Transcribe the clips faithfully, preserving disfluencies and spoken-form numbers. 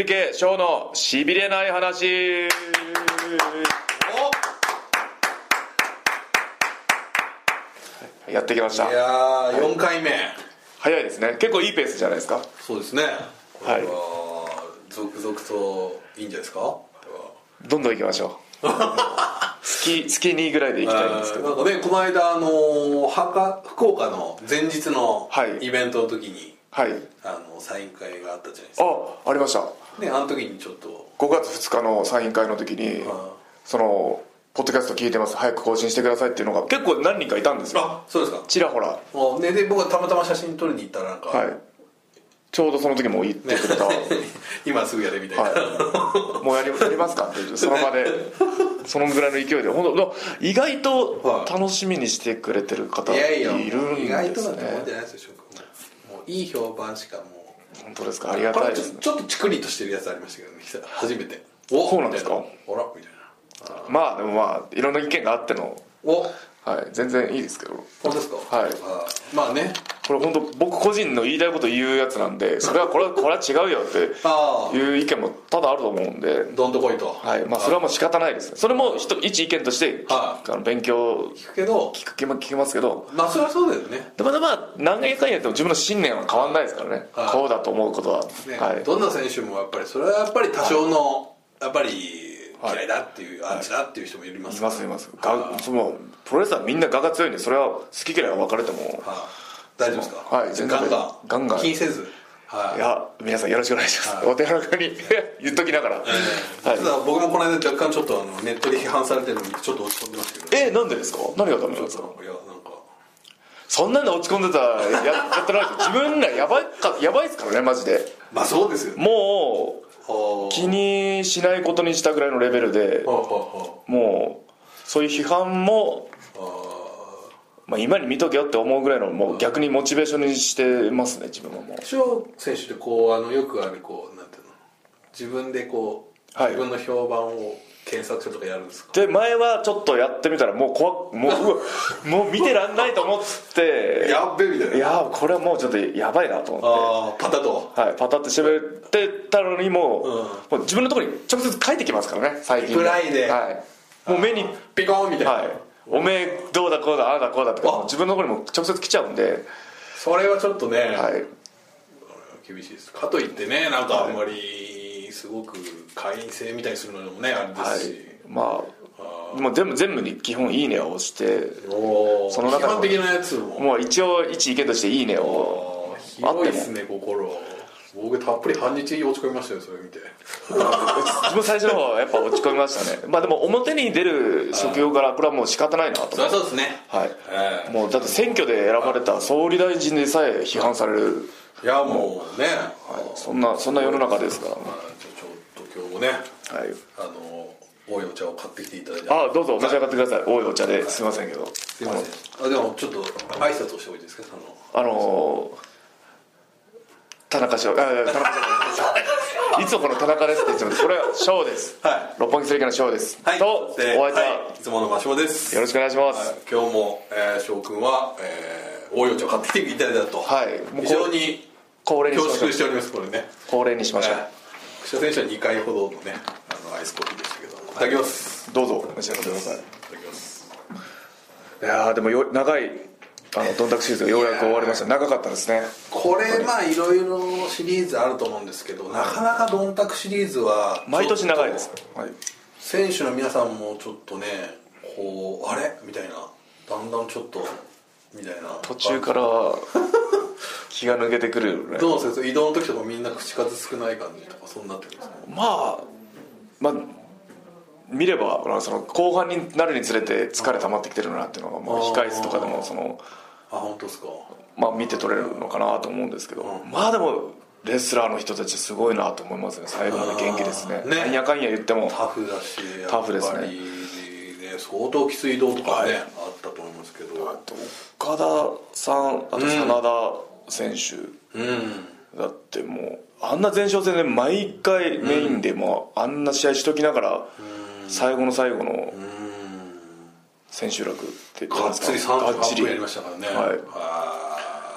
釣り系ショーのしびれない話。やってきました。 いやー、よんかいめ。 早いですね。結構いいペースじゃないですか。 そうですね。 はい。 続々といいんじゃないですか。 どんどん行きましょう。月月にぐらいで行きたいんですけど。 なんかね、この間あのー、は福岡の前日のイベントの時に、 はい、 あのサイン会があったじゃないですか。 あ、ありました。 ね、あの時にちょっとごがつふつかのサイン会の時に、そのポッドキャスト聞いてます、早く更新してくださいっていうのが結構何人かいたんですよ。 あ、そうですか。 ちらほら。 ね、で僕はたまたま写真撮りに行ったらなんか、はい、 ちょうどその時も言ってくれた、ね、 今すぐやれみたいな、 はい、もうやり、やりますかって言ってその場でそのぐらいの勢いで本当意外と楽しみにしてくれてる方いるんですね。 意外となんてもんじゃないですよ。もういい評判しかもう。 本当ですか。ありがたいですね。 ちょっとチクリとしてるやつありましたけどね、初めて。 お、そうなんですか。 あらみたいな。 まあでもまあいろんな意見があってのお、 はい、全然いいですけど。 本当ですか。 はい。 あ、まあね、 これ本当僕個人の言いたいこと言うやつなんで、それはこれはこれは違うよっていう意見もただあると思うんで、 どんとこいと。 はい、まあそれはもう仕方ないですね。それも一一意見として、はい、あの勉強聞くけど聞く聞きますけど、 まあそれはそうだよね。 でもまあ何回かやっても自分の信念は変わんないですからね。はい、こうだと思うことは、 ね、 はい、 どんな選手もやっぱりそれはやっぱり多少の、はい、やっぱり嫌いだっていう、はい、アンチだっていう人もいますから。 いますいます。がそのプロレスはみんな我が強いんで、それは好き嫌いは分かれても、はあ、大丈夫ですか。 はい、全然ガンガンガンガン気にせず、 はい、いや皆さんよろしくお願いします、はい、お手柔らかに言っときながら、 えーはい、ただ僕もこの間若干ちょっとあのネットで批判されてるのにちょっと落ち込んでますけど、 えー、なんでですか。何がダメなんですか。 いやなんかそんなんで落ち込んでたら や, やってないです。自分らやばいかやばいですからねマジで。 まあそうですよね。 もう気にしないことにしたぐらいのレベルで、もうそういう批判もまあ、今に見とけよって思うぐらいのもう逆にモチベーションにしてますね自分は。もう翔選手ってこうあのよくあるこうなんていうの自分でこう、はい、自分の評判を検索するとかやるんですか。 で前はちょっとやってみたらもう怖もうもう見てらんないと思ってやっべみたいな。 いやこれはもうちょっとやばいなと思ってあパタッと、 はい、パタッと喋ってたのにもう、うん、もう自分のところに直接書いてきますからね最近。 リプライで、 はい、もう目にピコーンみたいな、 はい、おめえどうだこうだああだこうだとか自分のところにも直接来ちゃうんで、 それはちょっとね、はい、厳しいです。かといってねなんかあんまりすごく会員制みたいにするのもねあれですし、はい、 まあもう全部全部に基本いいねを押して、 その中基本的なやつももう一応一意見としていいねを広いですね心。僕たっぷり半日落ち込みましたよそれ見て。 自分最初の方はやっぱ落ち込みましたね。まあでも表に出る職業からこれはもう仕方ないなと。 そりゃそうですね。 はい、もうだって選挙で選ばれた総理大臣でさえ批判される。 いやもうね、 はい、そんなそんな世の中ですから、ね、 まあ、ちょっと今日もね、はい、あの多いお茶を買ってきていただいて、 あどうぞ召し上がってください。多いお茶ですいませんけど、 すいません。あでもちょっと挨拶をしておいていいですか。 あのあのー田中翔、あ田中翔いつもこの田中ですって言ってます。これは翔です、はい、六本木釣り家の翔です、はい、とお相手は、 はい、いつもの場所です。 よろしくお願いします、 はい、今日も、えー、翔くんは、えー、大いお茶を買ってきていただいたと、はい、もう非常に恐縮しております。これね恒例にしましょう。 櫛田選手はにかいほどのねあのアイスコーヒーでしたけど、いただきます。 どうぞ召し上がってください。いただきます。 いやでもよ長いあのドンタクシリーズがようやく終わりました。長かったですね。 これまあいろいろシリーズあると思うんですけど、なかなかドンタクシリーズは毎年長いです、はい、 選手の皆さんもちょっとねこうあれみたいな、だんだんちょっとみたいな途中から気が抜けてくる、ね、 どうですか移動の時とかみんな口数少ない感じとかそうなってくるんですか。 まあまあ見ればその後半になるにつれて疲れ溜まってきてるなっていうのがまあ控室とかでもそのあ本当ですか。 まあ見て取れるのかなと思うんですけど、うん、まあでもレスラーの人たちすごいなと思いますね。最後まで元気ですね。なんやかんや言ってもタフだしタフですね。 相当きつい移動とかね、はい、あったと思いますけど、 あと岡田さん、あと真田選手、うん、だってもうあんな前哨戦で毎回メインでもあんな試合しときながら、うん、最後の最後の千秋楽って言ってますか、 がっつりさんじゅっぷんやりましたからね、 はい、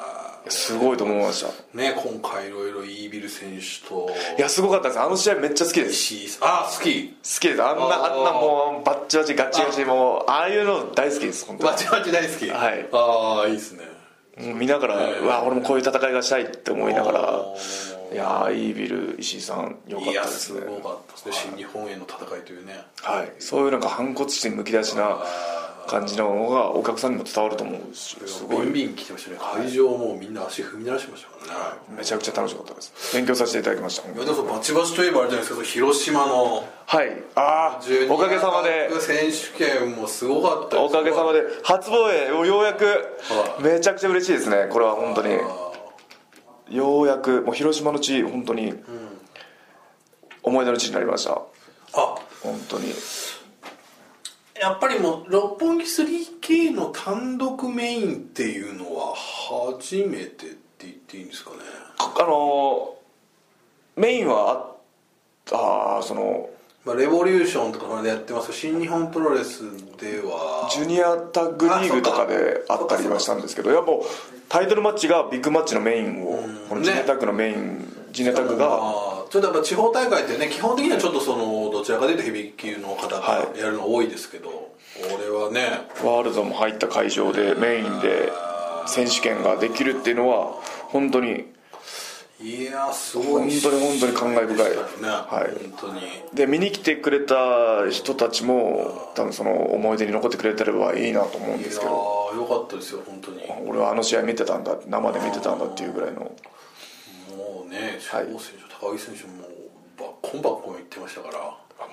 すごいと思いましたね。今回いろいろイービル選手と、 いやすごかったです。あの試合めっちゃ好きです。 あ好き好きです。あんなあんなもうバッチバチガチガチもうああいうの大好きです本当に。 バチバチ大好き。 はい。 ああいいですね。 見ながら、えー、うわ俺もこういう戦いがしたいって思いながら、いやイービル石井さんよかったですね。 いやすごかったですね、はい、新日本への戦いというね、 はい、そういうなんか反骨心むき出しな感じの方がお客さんにも伝わると思うし、 すごいビンビン来てましたね。会場もみんな足踏み鳴らしてましたからね、 はい、めちゃくちゃ楽しかったです。勉強させていただきました。 いやでもバチバチといえばあれじゃないですか、広島のはいああおかげさまで選手権もすごかったです。 おかげさまで初防衛をようやく、はい、めちゃくちゃ嬉しいですね。これは本当にようやくもう広島の地本当に思い出の地になりました。 あ本当にやっぱりもう六本木 スリーケー の単独メインっていうのは初めてって言っていいんですかね。 あのメインはああその、 まあ、レボリューションとかでやってます。新日本プロレスではジュニアタッグリーグとかであったりはしたんですけど、やっぱタイトルマッチがビッグマッチのメインを、このジュニアタッグのメイン、ね、ジュニアタッグがちょっとやっぱ地方大会ってね基本的にはちょっとそのどちらかというとヘビー級の方がやるの多いですけど、はい、俺はねワールドも入った会場でメインで選手権ができるっていうのは本当にいやすごい本当に本当に感慨深い、 ね、 はい、 本当にで見に来てくれた人たちも多分その思い出に残ってくれてればいいなと思うんですけど、 いやよかったですよ本当に。 俺はあの試合見てたんだ生で見てたんだっていうぐらいのもうね志保選手、高木選手もバッコンバッコン言ってましたから。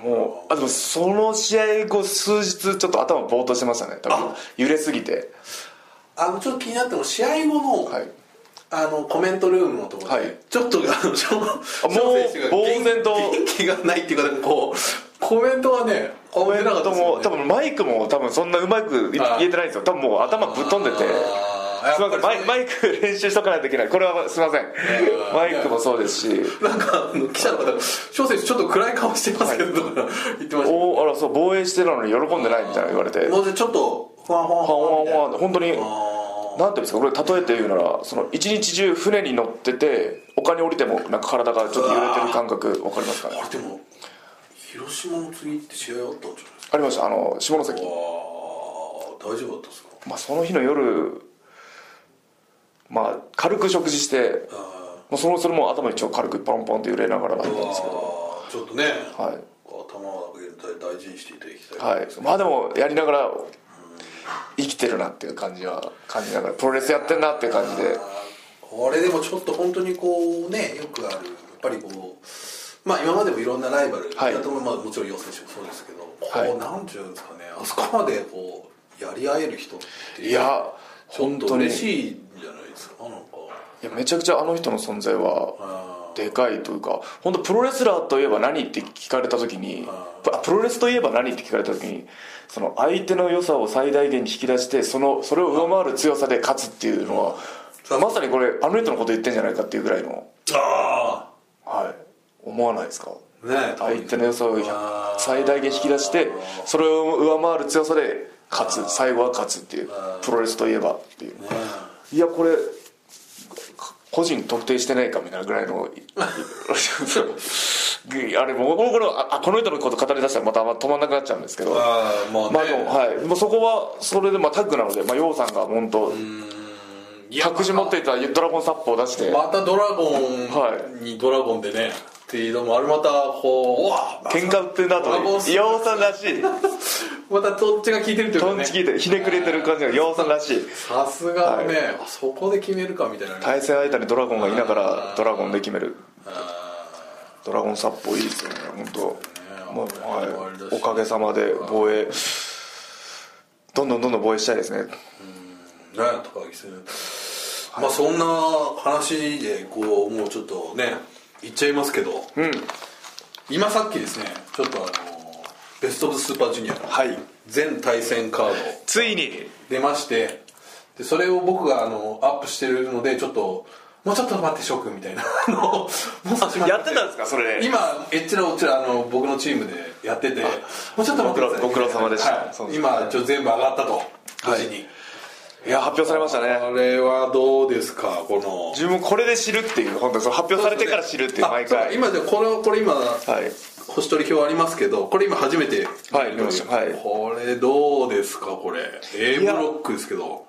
もうあでもその試合後数日ちょっと頭ぼーっとしてましたね多分揺れすぎて。 あのちょっと気になったの試合後の、はい、あのコメントルームのところで、はい、ちょっとあの翔選手が呆然と元気がないっていうかこうコメントはねコメントも多分マイクも多分そんなうまく言えてないんですよ。多分もう頭ぶっ飛んでてすみませんマイ、マイク練習しとかないといけない。これはすみませんマイクもそうですしなんか記者の方翔選手ちょっと暗い顔してますけど、はい、とか言ってました、ね、 おあらそう防衛してるのに喜んでないみたいな言われてもうちょっとふわふわふわふわふわ本当になんていうんですかこれ例えて言うならその一日中船に乗ってて丘に降りてもなんか体がちょっと揺れてる感覚分かりますかね。 あれでも広島の次って試合あったんじゃないですか。 ありました。あの下関。 大丈夫だったんですか。 まあその日の夜まあ軽く食事してまあそのそれも頭一応軽くポンポンって揺れながらだったんですけどちょっとね、 はい、 頭を大事にしていただきたい、はい、まあでもやりながら生きてるなっていう感じは感じながらプロレスやってるなっていう感じでこれでもちょっと本当にこうねよくあるやっぱりこうまあ今までもいろんなライバル、はい、まあもちろん楊選手もそうですけどこう、はい、なんていうんですかねあそこまでこうやり合える人っていや本当に嬉しいんじゃないですか。なんかいやめちゃくちゃあの人の存在はでかいというか本当プロレスラーといえば何って聞かれた時にプロレスといえば何って聞かれた時にその相手の良さを最大限に引き出してそのそれを上回る強さで勝つっていうのはまさにこれあの人のこと言ってんじゃないかっていうぐらいのああはい思わないですか、ね、相手の良さを最大限引き出してそれを上回る強さで勝つ最後は勝つっていうプロレスといえばっていういやこれ個人特定してないかみたいなぐらいのあれもうこのあこの人のこと語り出したらまた止まんなくなっちゃうんですけどあ、まあねまあでもはい、もうそこはそれでまあタッグなので、まあ、楊さんが本当託児持っていたドラゴンサップを出してまたドラゴンにドラゴンでね、はいっていうのもあれまたこううわ喧嘩売ってるなと楊さんらしいまたトンチが効いてるというかねトンチ効いてひねくれてる感じが楊さんらしいさすがね、はい、そこで決めるかみたいな、ね、 対戦相手にドラゴンがいながらドラゴンで決めるドラゴンサップいいですよね本当、ねもうはい、おかげさまで防衛どんどんどんどん防衛したいですね。うんね高木選手、はい、まあそんな話でこうもうちょっとね言っちゃいますけど、うん、今さっきですねちょっとあのベスト・オブ・スーパージュニアの全対戦カードついに出ましてでそれを僕があのアップしてるのでちょっともうちょっと待って翔くんみたいなのもうやってたんですかそれ今えっちらおっちらあの僕のチームでやっててもうちょっと待ってくださいご苦労様でした、 はい、今ちょっと全部上がったと無事に、はい、 いや発表されましたね。 あれはどうですか、この自分もこれで知るっていう、本当にその発表されてから知るっていう、毎回。 今じゃこれこれ今、はい、星取り表ありますけど、これ今初めてはい見ました。はい、 これどうですか、これ A ブロックですけど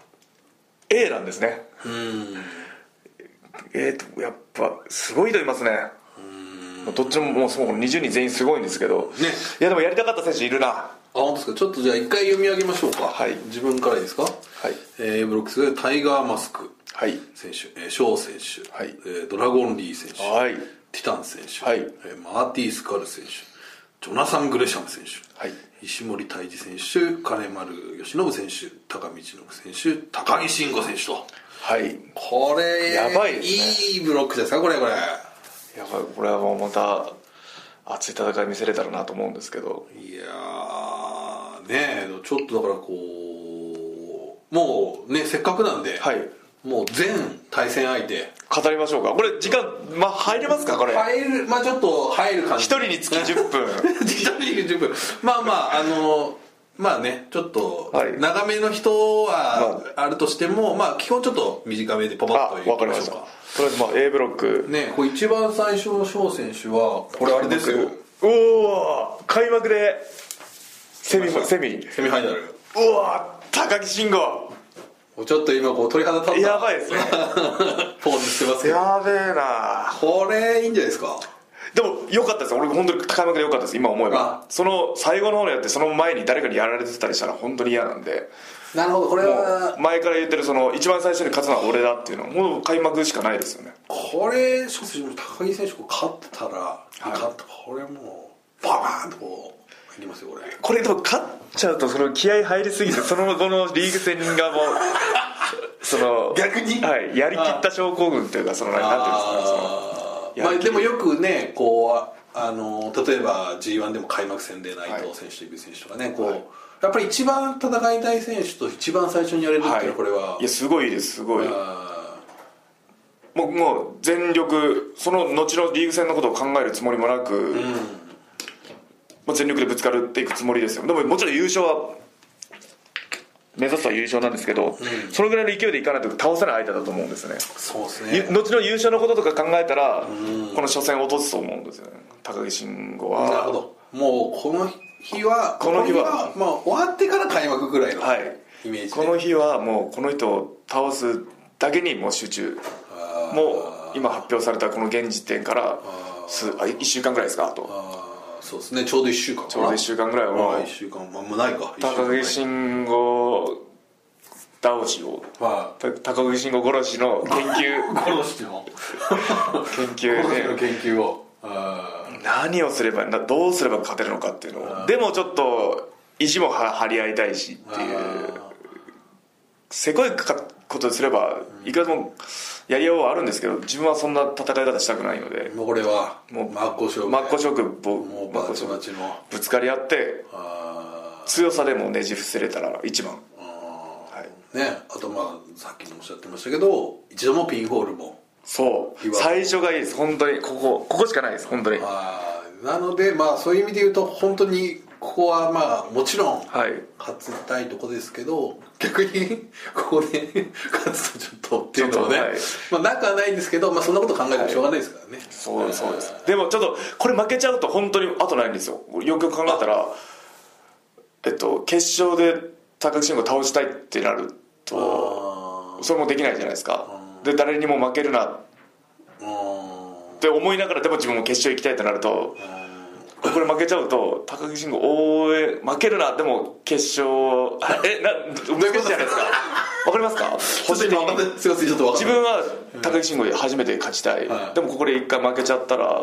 A なんですね。 うん、 えーとやっぱすごい人いますね。うん、どっちももうそうにじゅうにん全員すごいんですけど、ね、いやでもやりたかった選手いるな。あ、 本当ですか。ちょっとじゃあ一回読み上げましょうか。はい、自分からいいですか。はい、えー、A ブロックスでタイガーマスク選手、はい、ショー選手、はい、えー、ドラゴンリー選手、はい、ティタン選手、はい、えー、マーティー・スカル選手、ジョナサン・グレシャム選手、はい、石森泰治選手、金丸義信選手、高道信選手、高木慎吾選手と、はい、これやばいですね。いいブロックですか、これこれ。やばい、これはもうまた熱い戦い見せれたらなと思うんですけど。 いやーねえ、ちょっとだからこうもうね、せっかくなんで、はい、もう全対戦相手語りましょうか。これ時間、まあ、入れますか、これ。 入る、まあちょっと入る感じ。 ひとりにつきじゅっぷんひとりにじゅっぷん、まあまああのまあね、ちょっと長めの人はあるとしても、まあ基本ちょっと短めでパパッと言ってみましょうか。 とりあえずまあ A ブロックね、これ一番最初の翔選手はこれあれですよ。 おお、開幕でセミセミセミファイナル。 うわ、高木慎吾ちょっと今こう鳥肌立ったやばいですねポーズしてますけど、 やべえな。 これいいんじゃないですか。 でも良かったですよ、俺本当に開幕で良かったです。今思えばその最後の方のやってその前に誰かにやられてたりしたら本当に嫌なんで。 なるほど、これは前から言ってるその一番最初に勝つのは俺だっていうのはもう開幕しかないですよね。 これ高木選手こう勝ってたら、はい、勝ったこれもうバーンとこう入りますよこれ。 これでも勝っちゃうとその気合入りすぎてその後のリーグ戦がもうその逆に、 はい、やりきった症候群っていうか、そのなんていうんですかね、そのまあ、でもよくねこうあの例えば ジーワン でも開幕戦で内藤選手という選手とかね、はい、こう、はい、やっぱり一番戦いたい選手と一番最初にやれるっていうのはこれは、はい、 いやすごいです、すごい。もう、もう全力その後のリーグ戦のことを考えるつもりもなく、うん、まあ、全力でぶつかるっていくつもりですよ。でももちろん優勝は目指すは優勝なんですけど、うん、そのぐらいの勢いでいかないと倒せない相手だと思うんですよね。 そうですね。 後の優勝のこととか考えたら、うん、この初戦を落とすと思うんですよね、高木慎吾は。 なるほど。もうこの日はこの日はまあ終わってから開幕ぐらいのイメージで、 この日はもうこの人を倒すだけにもう集中。もう今発表されたこの現時点からすあいっしゅうかんぐらいですか、あと。 あ、そうですね、ちょうどいっしゅうかんかな。 ちょうどいっしゅうかんぐらいはもういっしゅうかん、まあ、もうないか、 高木慎吾倒しを、まあ、高木慎吾殺しの研究殺しの研究で、 ね、の研究をあ何をすればどうすれば勝てるのかっていうのを、でもちょっと意地も張り合いたいしっていう、せこいことすればいくらでもやりようはあるんですけど、自分はそんな戦い方したくないので、 もうこれはもう真っ向勝負真っ向勝負もうバチバチのぶつかり合って強さでもねじ伏せれたら一番。 はい、ね、あとまあさっきもおっしゃってましたけど、一度もピンホールもそう最初がいいです。本当にここここしかないです本当に。 あなのでまあそういう意味で言うと本当にここはまあもちろん勝つたいとこですけど、はい、逆にここで勝つとちょっとっていうのはね、はい、まあなくはないんですけど、まあそんなこと考えてもしょうがないですからね、はい、 そうそうです。でもちょっとこれ負けちゃうと本当に後ないんですよ。よく考えたらえっと決勝で高木慎吾倒したいってなるとそれもできないじゃないですか。で誰にも負けるなって思いながらでも自分も決勝行きたいってなると、これ負けちゃうと高木慎吾応援負けるな、でも決勝えな難しいじゃないですか。わかりますか。 自分は高木慎吾初めて勝ちたい、はい、でもここで一回負けちゃったら、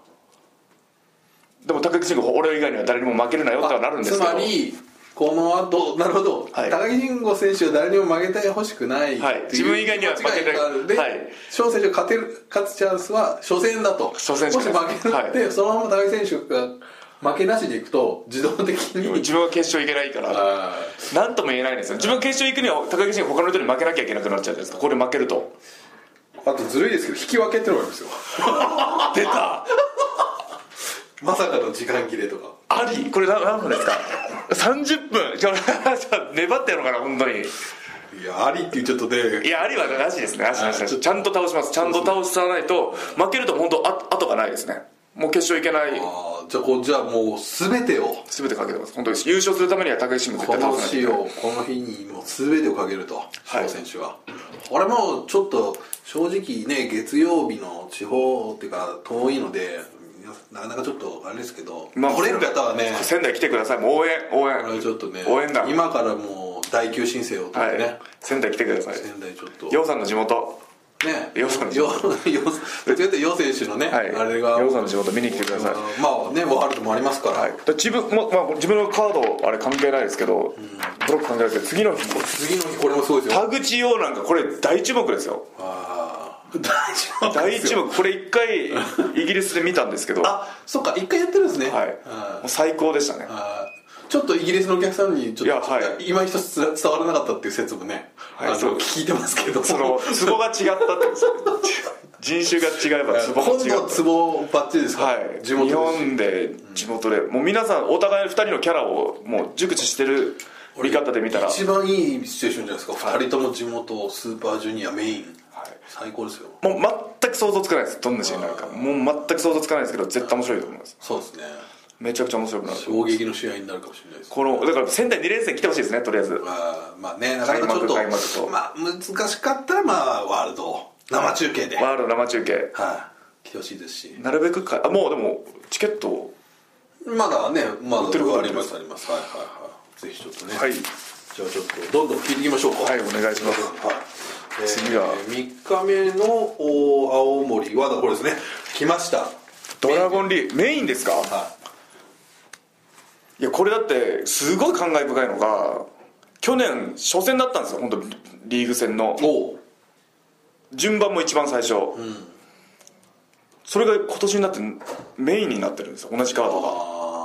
でも高木慎吾俺以外には誰にも負けるなよってはなるんですけど、 つまりこの後なるほど、はい、高木慎吾選手は誰にも負けてほしくない、 はい、自分以外には負けたいで、はい、翔選手が勝てる勝つチャンスは初戦だと。 初戦もし負けるって、はい、そのまま高木選手が負けなしでいくと自動的に自分は決勝行けないから何とも言えないんですよ。自分が決勝行くには高木選手他の人に負けなきゃいけなくなっちゃうじゃないですか。これ負けると。 あとずるいですけど引き分けってのがあるんですよ出たまさかの時間切れとかあり。これ何分ですかさんじゅっぷん。ちょ粘ってやろうかな本当に。 いいやありって言っちゃうとね、 いやありはなしですね、なしなしなし、ちゃんと倒します、ちゃんと倒さないと負けると本当あ後がないですね。もう決勝いけない。 あじゃあこうじゃあもう全てを全てかけてます。本当に優勝するためには高木慎吾絶対倒さないといけない。 この日をこの日にもう全てをかけると翔選手は、これもちょっと正直ね月曜日の地方っていうか遠いのでなかなかちょっとあれですけど、まあ、来れる方はね仙台来てください。もう応援応援これちょっとね応援だ、 今からもう大級申請を取ってね、はい、 仙台来てください。 仙台ちょっと陽さんの地元ね、 陽さんの地元陽選手のね、はい、あれが陽さんの地元見に来てください。 まあねワールドもありますから、はい、 だ自分、ままあ、自分のカードあれ関係ないですけど、うん、ブロック関係ないですけど次の日次の日これもすごいですよ。 田口陽なんかこれ大注目ですよ。ああ大注目。これ一回イギリスで見たんですけどあそっか一回やってるんですね。 はい、もう最高でしたね。あちょっとイギリスのお客さんにちょっと、 はい、 今一つ伝わらなかったっていう説もね、はい、あの聞いてますけど、 そのツボが違ったって人種が違えばツボが違った。 今度ツボバッチリですか、はい、 地元日本で地元で、うん、もう皆さんお互いふたりのキャラをもう熟知してる見方で見たら一番いいシチュエーションじゃないですか、はい、ふたりとも地元スーパージュニアメイン、はい、最高ですよ。 もう全く想像つかないです、どんなシーンになるか。もう全く想像つかないですけど絶対面白いと思います。 そうですね、 めちゃくちゃ面白くなる。 衝撃の試合になるかもしれないです。 このだから仙台に連戦来てほしいですね、とりあえず。 あまあね、なかなかちょっと開幕と、まあ、難しかったらまあワールド生中継でワールド生中継、はい、 あ、来てほしいですし、 なるべくかあもうでもチケットまだねまだありますあります。はいはいはい、ぜひちょっとね、はい、じゃあちょっとどんどん聞いていきましょうか。 はい、お願いします。はい、 えー、次はみっかめの青森はこれですね、来ましたドラゴンリーメインですか。はい、いやこれだってすごい感慨深いのが去年初戦だったんですよ、本当リーグ戦の順番も一番最初、うん、それが今年になってメインになってるんですよ、同じカードが。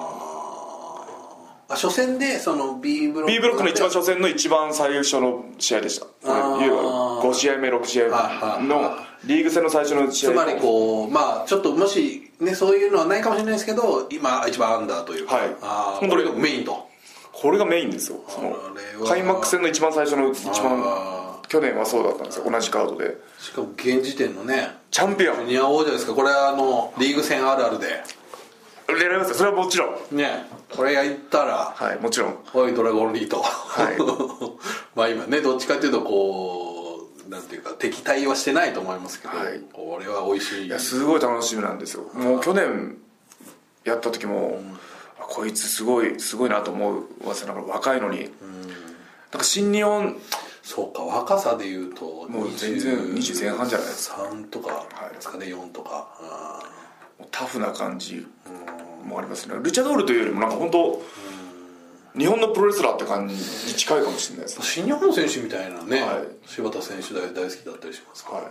あ初戦でその B ブロック B ブロックの一番初戦の一番最初の試合でした。ご試合目ろく試合目のリーグ戦の最初の試合。 つまりこうまあちょっともしねそういうのはないかもしれないですけど今一番アンダーというか、はい、あこれがメインとこれがメインですよ。その開幕戦の一番最初の一番去年はそうだったんですよ、同じカードで。 しかも現時点のねチャンピオンジュニア王者ですか。これはあのリーグ戦あるあるで狙いますよ、それはもちろんね。これが言ったらはいもちろんおいドラゴンリーと、はい、まあ今ねどっちかっていうとこうなんていうか敵対はしてないと思いますけど、はい、これは美味しい。 いやすごい楽しみなんですよ。もう去年やった時も、うん、こいつすごいすごいなと思うわせながら若いのに、うん、なんか新日本そうか若さでいうともう全然にじゅう前半じゃないですか。 さんとかですかね、よんとか、 うん、タフな感じもありますね。ルチャドールというよりもなんか本当日本のプロレスラーって感じに近いかもしれないです。 新日本選手みたいなね、はい、柴田選手大好きだったりしますから、はい、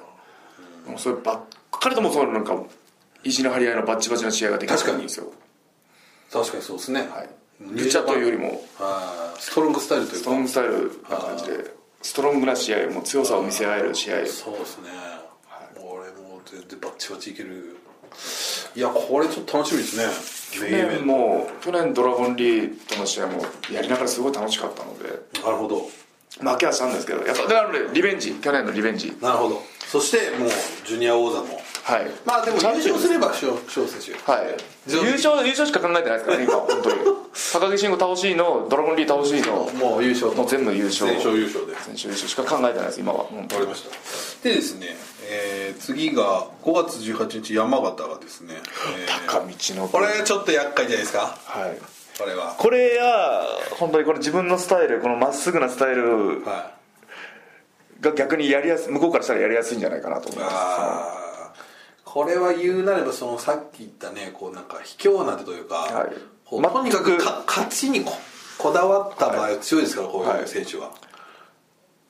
うん、そればっかりともそのなんか意地の張り合いのバッチバチな試合ができるんですよ。 確かにそうですね、 はい、ルチャというよりもストロングスタイルというかストロングスタイルな感じでストロングな試合も強さを見せ合える試合。 そうですね、はい、俺も全然バッチバチいける。いやこれちょっと楽しみですね。 去年も去年ドラゴンリーとの試合もやりながらすごい楽しかったので。 なるほど。 負けはしたんですけどやっぱなのでリベンジ去年のリベンジ。 なるほど。そしてもうジュニア王座もはいまあでも優勝すれば翔選手はい優勝優勝しか考えてないですからね今本当に高木慎吾倒しいのドラゴンリー倒しいのもう優勝もう全部優勝全勝優勝で全勝優勝しか考えてないです今は。 わかりました。でですね、えー、次がごがつじゅうはちにち山形がですね、 えー、高道のこれちょっと厄介じゃないですか。 はいこれはこれは本当にこの自分のスタイルこのまっすぐなスタイルが逆にやりやす向こうからしたらやりやすいんじゃないかなと思います。 あこれは言うなればそのさっき言ったねこうなんか卑怯なというか、はい、こうとにかくか勝ちに こ, こだわった場合は強いですから、はい、こういう選手は、はい、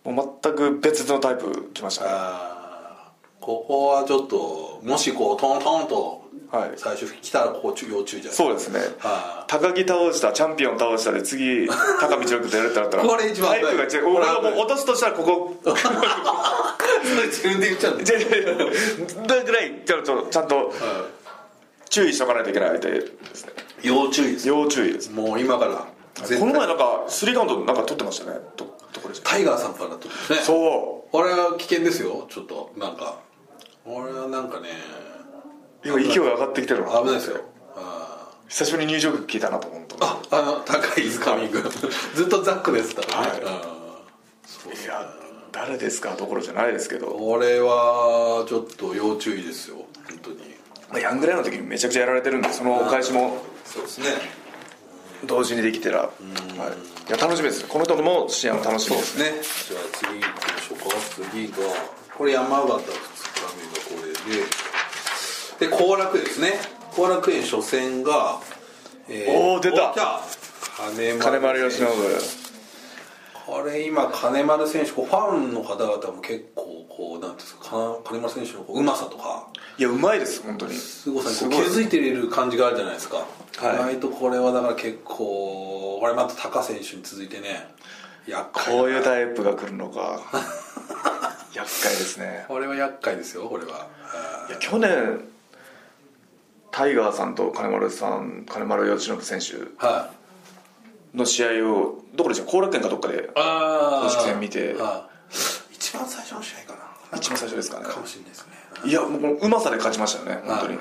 もう全く別のタイプきましたね。 あここはちょっともしこうトントンと最初来たらここ要注意じゃないですか。 そうですね、はあ、高木倒したチャンピオン倒したで次高道のことやるってなったらこれ一番タイプが違う。俺がもう落とすとしたらここそれ自分で言っちゃうんだだぐらいちゃんとちゃんと注意しとかないといけない相手ですね。 要注意です。 要注意です。 もう今からこの前なんかスリーカウントなんか取ってましたね。 ところじゃタイガーさんからだとですね。 そうあれは危険ですよちょっとなんか俺はなんかね今勢いが上がってきてるの危ないですよ。 久しぶりに入場曲聞いたなと思って。 ああの高いイズカミングずっとザックですからね、はい、 そういや誰ですかどころじゃないですけどこれはちょっと要注意ですよ本当に。 まあ、ヤングレイの時にめちゃくちゃやられてるんでそのお返しもそうですね同時にできてら、はい、いや楽しみです。この人も試合も楽しみですね。 じゃあ次行きましょうか。次がこれ山形ふつかめがこれでで後楽園ですね。後楽園初戦が、 えー、おお出た金丸義信。 これ今金丸選手こうファンの方々も結構こうなんていうんですか金丸選手のこううまさとかいやうまいです本当にすごさにこう気づいている感じがあるじゃないですか。はい、意外とこれはだから結構これまたタカ選手に続いてね厄介こういうタイプが来るのか厄介ですね。 これは厄介ですよこれは。 いや去年タイガーさんと金丸さん金丸義信選手の試合をどこでした後楽園かどっかで公式戦見て一番最初の試合かな一番最初ですかねかもしれないですね。 いやもううまさで勝ちましたよね本当に。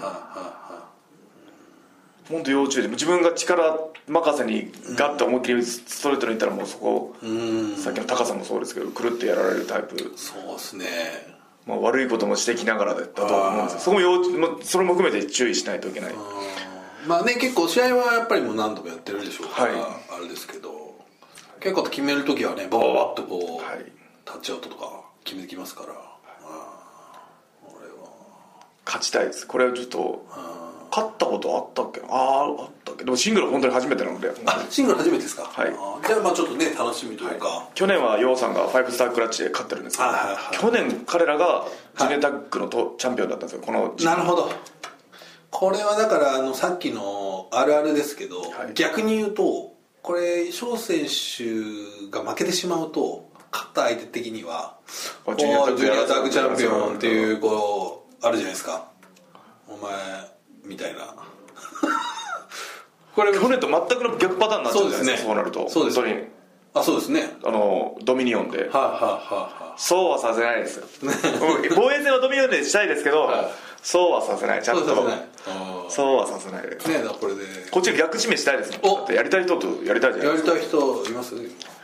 本当要注意で自分が力任せにガッと思いっきりストレートにいったらもうそこさっきの高さもそうですけどくるってやられるタイプ。 そうですね。 まあ、悪いこともしてきながらだったと思うんですよ。そこも要それも含めて注意しないといけない。 まあね結構試合はやっぱりもう何度もやってるでしょうから、はい、あれですけど結構決める時はねバババッとこう、はい、タッチアウトとか決めてきますから、はい、 俺は勝ちたいです。これはちょっと勝ったことあったっけ。あああったっけ。でもシングルは本当に初めてなので。 あシングル初めてですか。 はい。 じゃあまあちょっとね楽しみというか、はい、 去年はヨウさんがファイブスタークラッチで勝ってるんですけど、はいはいはい、去年彼らがジュニアタッグのとチャンピオンだったんですよこの。 なるほど。これはだからあのさっきのあるあるですけど、はい、逆に言うとこれ翔選手が負けてしまうと勝った相手的にはジュニアタッグチャンピオンっていうこうあるじゃないですか。お前みたいなこれ去年と全くの逆パターンになっちゃうんですね。そうなるとそうです本当にあそうですねあのドミニオンで、はあはあはあ、 そうはさせないですよ防衛戦はドミニオンでしたいですけど、はい、そうはさせないちゃんとそうはさせないですね。だこれでこっちが逆指名したいですもん。だってやりたい人とやりたいじゃないですか。 やりたい人います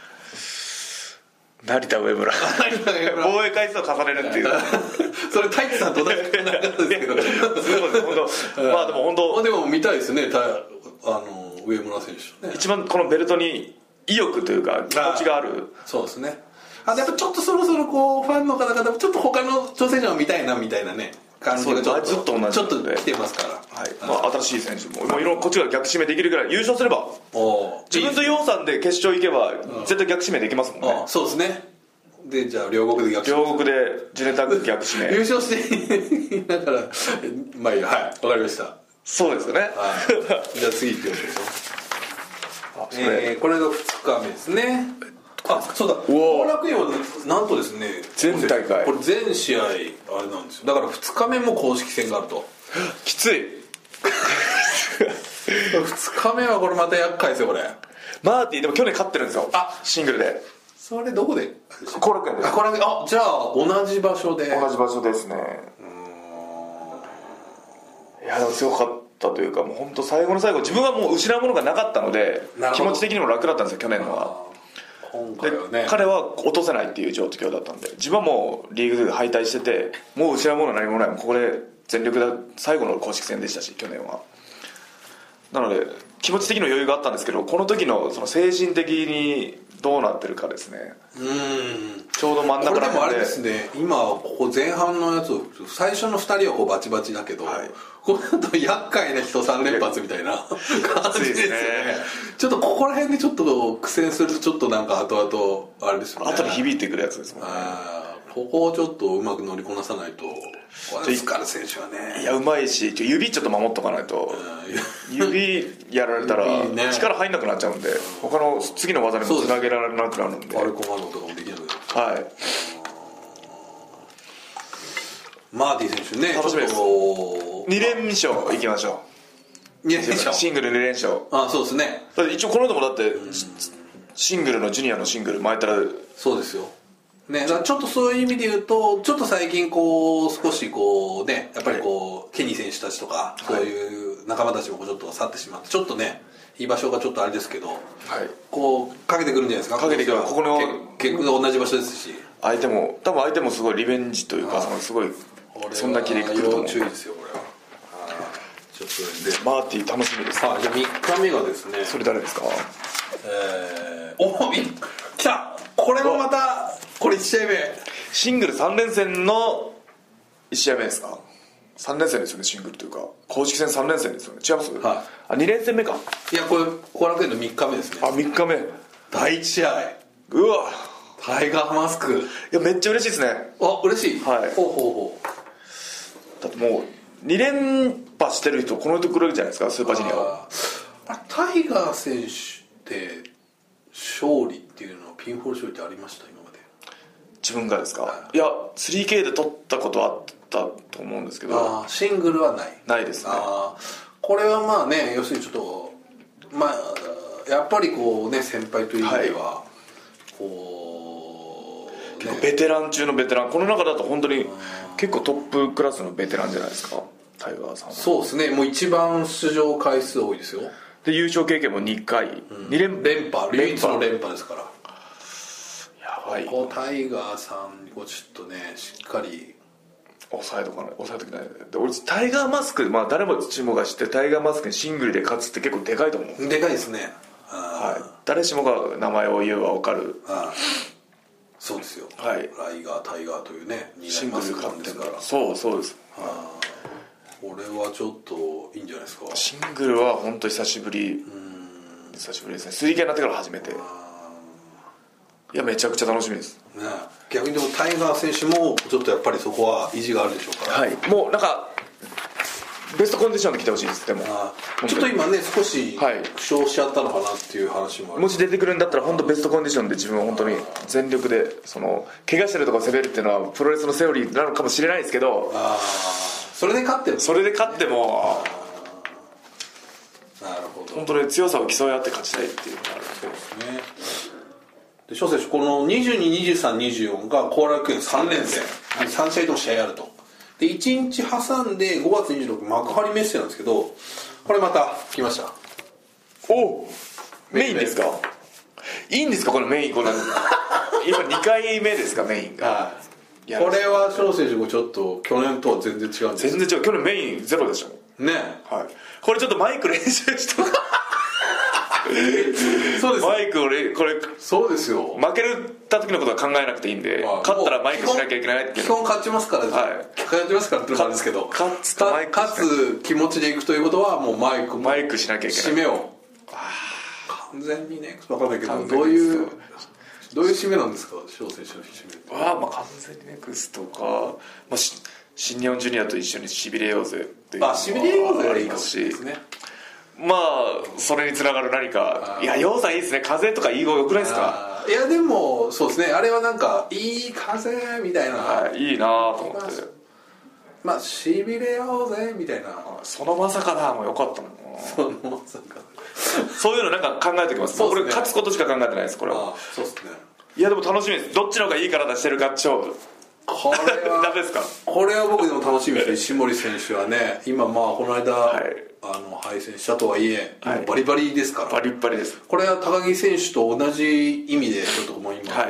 成田上村防衛回数を重ねるっていうそれ太一さんと同じくなかったですけどまあでも本当でも見たいですねあの上村選手、ね、 一番このベルトに意欲というか気持ちがある。 そうですね。あやっぱちょっとそろそろこうファンの方々もちょっと他の挑戦者を見たいなみたいなね感じがちょっとずっと同じちょっと来てますから、 はいまあ、新しい選手ももういろこっちが逆指名できるぐらい優勝すれば自分とヨウさんで決勝行けば絶対逆指名できますもんね。 そうですね。でじゃあ両国で逆指名両国でジュネタッグ逆指名優勝してだからまあいいやはいわかりました。 そうですよね、はい、 じゃあ次行きましょう。あえー、これがふつかめですね。あそうだ後楽園はなんとですね全大会これ全試合あれなんですよ。だからふつかめも公式戦があるときついふつかめはこれまた厄介ですよこれ。 マーティでも去年勝ってるんですよ。あシングルでそれどこで後楽園です。 後楽園あじゃあ同じ場所で同じ場所ですね。いやでも強かったというかもう本当最後の最後自分はもう失うものがなかったので気持ち的にも楽だったんですよ去年のは。 今回はね、 で彼は落とせないっていう状況だったんで自分はもうリーグで敗退しててもう失うものは何もないもうここで全力で最後の公式戦でしたし去年は。なので気持ち的に余裕があったんですけどこの時のその精神的にどうなってるかですね。 うんちょうど真ん中ら辺でこれでもあれですね今ここ前半のやつを最初のふたりはこうバチバチだけど、はい、この後厄介な人さん連発みたいな感じですよね。ちょっとここら辺でちょっと苦戦するとちょっとなんか後々あれですよね後に響いてくるやつですもんね。 ここをちょっとうまく乗りこなさないとスカル選手はねいやうまいし指ちょっと守っとかないと指やられたら力入んなくなっちゃうんで他の次の技にもつなげられなくなるんでファルコマノとかもできる。 はいマーティ選手ね楽しみです。に連勝いきましょう。 に連勝シングルに連勝あそうですね。 だって一応この人もだって、うん、 シングルのジュニアのシングル前たらそうですよね、だからちょっとそういう意味で言うとちょっと最近こう少しこうねやっぱりこう、はい、ケニー選手たちとかそういう仲間たちもちょっと去ってしまってちょっとね居場所がちょっとあれですけど、はい、こうかけてくるんじゃないですか。 かけてくるここの結局同じ場所ですし相手も多分相手もすごいリベンジというかそのすごいそんな気でくると思う。 要注意ですよこれは。ちょっとでマーティ楽しみです。 はい、じゃあみっかめがですねそれ誰ですか。 えー、おみ来たこれもまたこれいち試合目シングルさん連戦のいち試合目ですか。さん連戦ですよねシングルというか公式戦さん連戦ですよね。違います、はい、あに連戦目か。 いやこれ後楽園のみっかめですね。 あみっかめだいいち試合うわタイガーマスク。いやめっちゃ嬉しいですね。 あ嬉しい。 はいほうほうほうだってもうに連覇してる人この人来るじゃないですかスーパージュニアは。 あタイガー選手って勝利っていうのピンホール勝利ってありました今まで。 自分がですか、はい、いや スリーケー で取ったことあったと思うんですけどあシングルはないないですね。あこれはまあね要するにちょっとまあやっぱりこうね先輩という意味では、はい、こう、ね、 結構ベテラン中のベテランこの中だと本当に結構トップクラスのベテランじゃないですかタイガーさんは。 そうですねもう一番出場回数多いですよ。 で優勝経験もにかい、うん、に連連覇唯一の連覇ですからやばい。 ここタイガーさんにちょっとねしっかり抑えとかない抑えときないで俺タイガーマスクまあ誰もチームが知ってるタイガーマスクにシングルで勝つって結構でかいと思う。 でかいですね。 はい、誰しもが名前を言えば分かる。 ああそうですよ、 はい、 ライガータイガーというねシングルで勝ってるからそうそうです。 あこれはちょっといいんじゃないですか。 シングルは本当久しぶり久しぶりですね。スリーケーになってから初めて。いやめちゃくちゃ楽しみです、 ね、逆にでもタイガー選手もちょっとやっぱりそこは意地があるでしょうから、 はい、もうなんかベストコンディションで来てほしいです。でもちょっと今ね少し負傷しちゃったのかなっていう話もある、 もし出てくるんだったら本当ベストコンディションで自分は本当に全力でその怪我してるとこ攻めるっていうのはプロレスのセオリーなのかもしれないですけどあそれで勝ってもそれで勝ってもなるほど本当に強さを競い合って勝ちたいっていうのがある。 そうですね。で翔選手このにじゅうに、にじゅうさん、にじゅうよんが後楽園さん連戦さん試合とも試合あると。でいちにち挟んでごがつにじゅうろく幕張メッセなんですけどこれまた来ました。 おメインですか。いいんですかこれメインこれ今にかいめですかメインが。 これは翔選手もちょっと去年とは全然違うんです。 全然違う去年メインゼロでしたもんね。 はいこれちょっとマイク練習してそうですマイクをれこれそうですよ負けた時のことは考えなくていいんで、はい、勝ったらマイクしなきゃいけないって基本勝ちますから、はい、勝ちますからってのもあるんですけど勝つとマイク勝つ気持ちでいくということはもうマイクマイクしなきゃいけない締めを完全にね分かんないけどどういうどういう締めなんですか翔選手の締め。 ああまあ完全にネクストか、まあ、新日本ジュニアと一緒にしびれようぜっていうあしびれようぜはいいかもしれないですね。 まあそれにつながる何かいや陽さんいいですね風とかいい語よくないですか。 いやでもそうですねあれはなんかいい風みたいな、 はい、いいなと思ってまあしびれようぜみたいなそのまさかだもうよかったもんそのまさかそういうのなんか考えておきます。もうこれ勝つことしか考えてないですこれは。 そうですね。 いやでも楽しみです。どっちの方がいい体してるか勝負これはダメですか。 これは僕でも楽しみですね。石森選手はね今まあこの間、はい、あの敗戦したとはいえ、はい、バリバリですからバリバリです。 これは高木選手と同じ意味でちょっともう今、はい、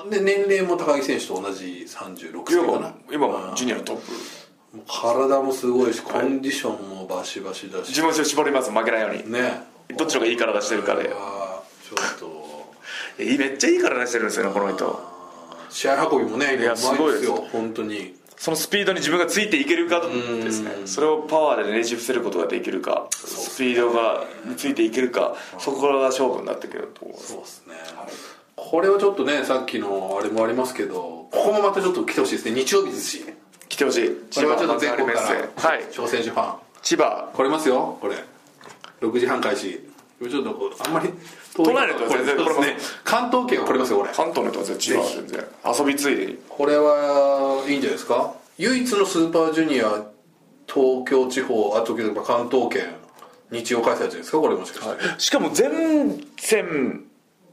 で年齢も高木選手と同じさんじゅうろくさいかな。 今もジュニアのトップ体もすごいしコンディションもバシバシだし、 自分を絞ります負けないようにね。 どっちの方がいい体してるかでちょっとめっちゃいい体してるんですよねこの人。 試合運びもね今うまいですよ本当に。 そのスピードに自分がついていけるかですね。それをパワーでねじ伏せることができるかスピードがについていけるかそこが勝負になってくると思います。 そうですね、はい、これはちょっとねさっきのあれもありますけどここもまたちょっと来てほしいですね。日曜日ですし来てほしい。 これはちょっと全国から挑戦者ファン千葉来れますよ。これろくじはん開始ちょっとこうあんまり都内の人は全然来れますね。 関東圏は来れますよこれ。 関東の人は全然全然遊びついでにこれはいいんじゃないですか。唯一のスーパージュニア東京地方あと関東圏日曜開催じゃないですかこれもしかして、 はい、しかも全戦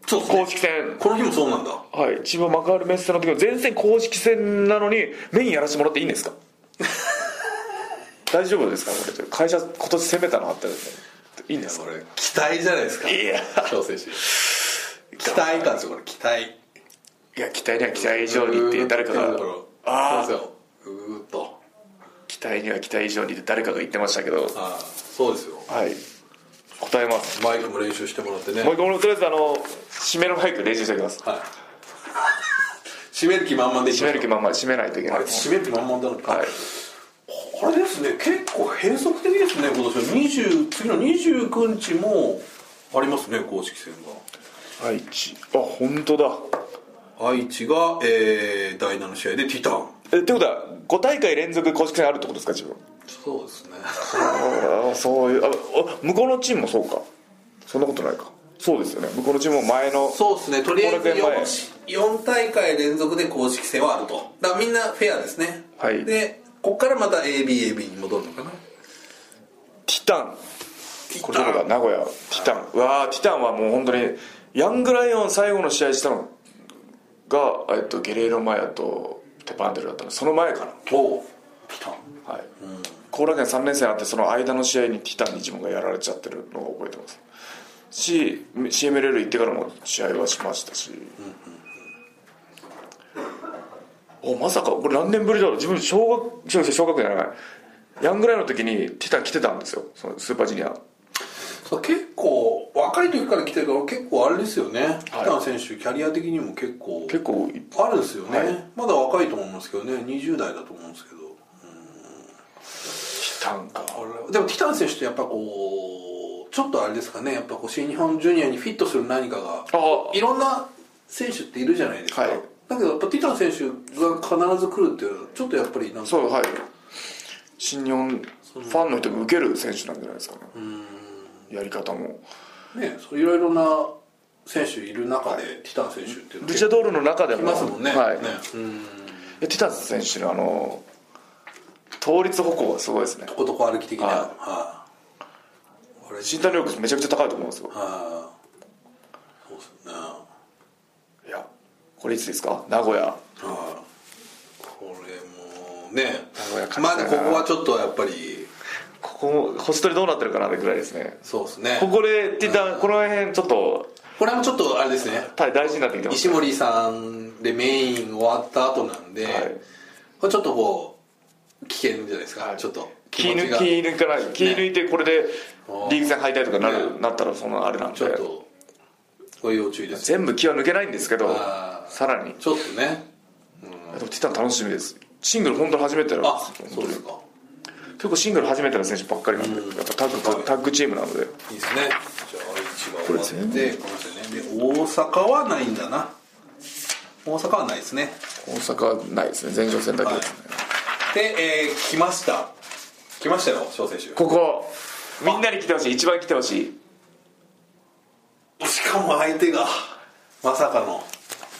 そうですね、 公式戦この日もそうなんだ。 はい、千葉幕張メッセの時の前線公式戦なのにメインやらせてもらっていいんですか大丈夫ですかこれ会社今年攻めたなっていいんですか。 これ期待じゃないですか。 いや翔選手期待感ですよこれ。期待、 いや期待には期待以上にって誰かがああそうですよ、うーっと期待には期待以上にって誰かが言ってましたけど、 ああそうですよ。 はい答えます。 マイクも練習してもらってね。 もう一回とりあえずあの締めのマイク練習しておきます。 はい締める気満々でいきましょう。 締める気満々締めないといけない。 あれ締める気満々だのか、 はい、 これですね結構変則的ですね今年は。にじゅう次のにじゅうくにちもありますね公式戦が。 愛知あ本当だ。 愛知が、えー、だいなな試合でティタンえってことはご大会連続公式戦あるってことですか自分。 そうですねあそういうあ向こうのチームもそうか。そんなことないか。そうですよね向こうのチームも前のそうですねとりあえず 4, よん大会連続で公式戦はあると。だからみんなフェアですね。 はいでここからまた エービーエービー に戻るのかな。 ティタンこれどこだ名古屋ティタン。うわーティタンはもう本当にヤングライオン最後の試合したのが、えっと、ゲレーロマヤとテパンデルだったのその前かな。 おティタンはい後楽園さんねん生あってその間の試合にティタンに自分がやられちゃってるのを覚えてますし シーエムエルエル 行ってからも試合はしましたし、うんうん、おまさかこれ何年ぶりだろう。自分小学小学小学じゃないヤングライオンの時にティタン来てたんですよそのスーパージュニア。 そう結構若い時から来てるから結構あれですよね、はい、ティタン選手キャリア的にも結構結構あるんですよね、 はい、 まだ若いと思いますけどねにじゅう代だと思うんですけど。 ティタンか。 でもティタン選手ってやっぱこうちょっとあれですかねやっぱこう新日本ジュニアにフィットする何かがいろんな選手っているじゃないですか、はい、だけどやっぱティタン選手が必ず来るっていうのはちょっとやっぱりなんかそうはい新日本ファンの人が受ける選手なんじゃないですかね。うんやり方もねそういろいろな選手いる中で、はい、ティタン選手っていうのはルチャドールの中でもいますもんね。 はいねうんティタン選手のあの倒立歩行がすごいですね。 とことこ歩き的な、はいはあ、身体能力めちゃくちゃ高いと思うんですよ。 はあ、そうですね。 いやこれいつですか名古屋。はあ、これもね名古屋勝ちまあここはちょっとやっぱりここも星取りどうなってるかなってぐらいですね。 そうですね。 ここでティタンこの辺ちょっとこれもちょっとあれですね大事になってきてます、 ね、石森さんでメイン終わった後なんで、はい、これちょっとこう危険じゃないですか、はい、ちょっと気抜き抜かない気抜いてこれでリーグ戦敗退とかなる、ね、なったらそんなあれなんでちょっとご要注意です。 全部気は抜けないんですけどさらにちょっとね、 うん、でもティタン楽しみです。シングル本当に初めてなんです。 あそうですか。 結構シングル初めての選手ばっかりなんで、うん、やっぱタッグ、タッグチームなのでいいですね。じゃあ愛知が終わってこれですね。で大阪はないんだな。大阪はないですね。 大阪はないですね。前哨戦だけですね、 はい、で、えー、来ました来ましたよ翔選手。 ここみんなに来てほしい。一番来てほしい。しかも相手がまさかの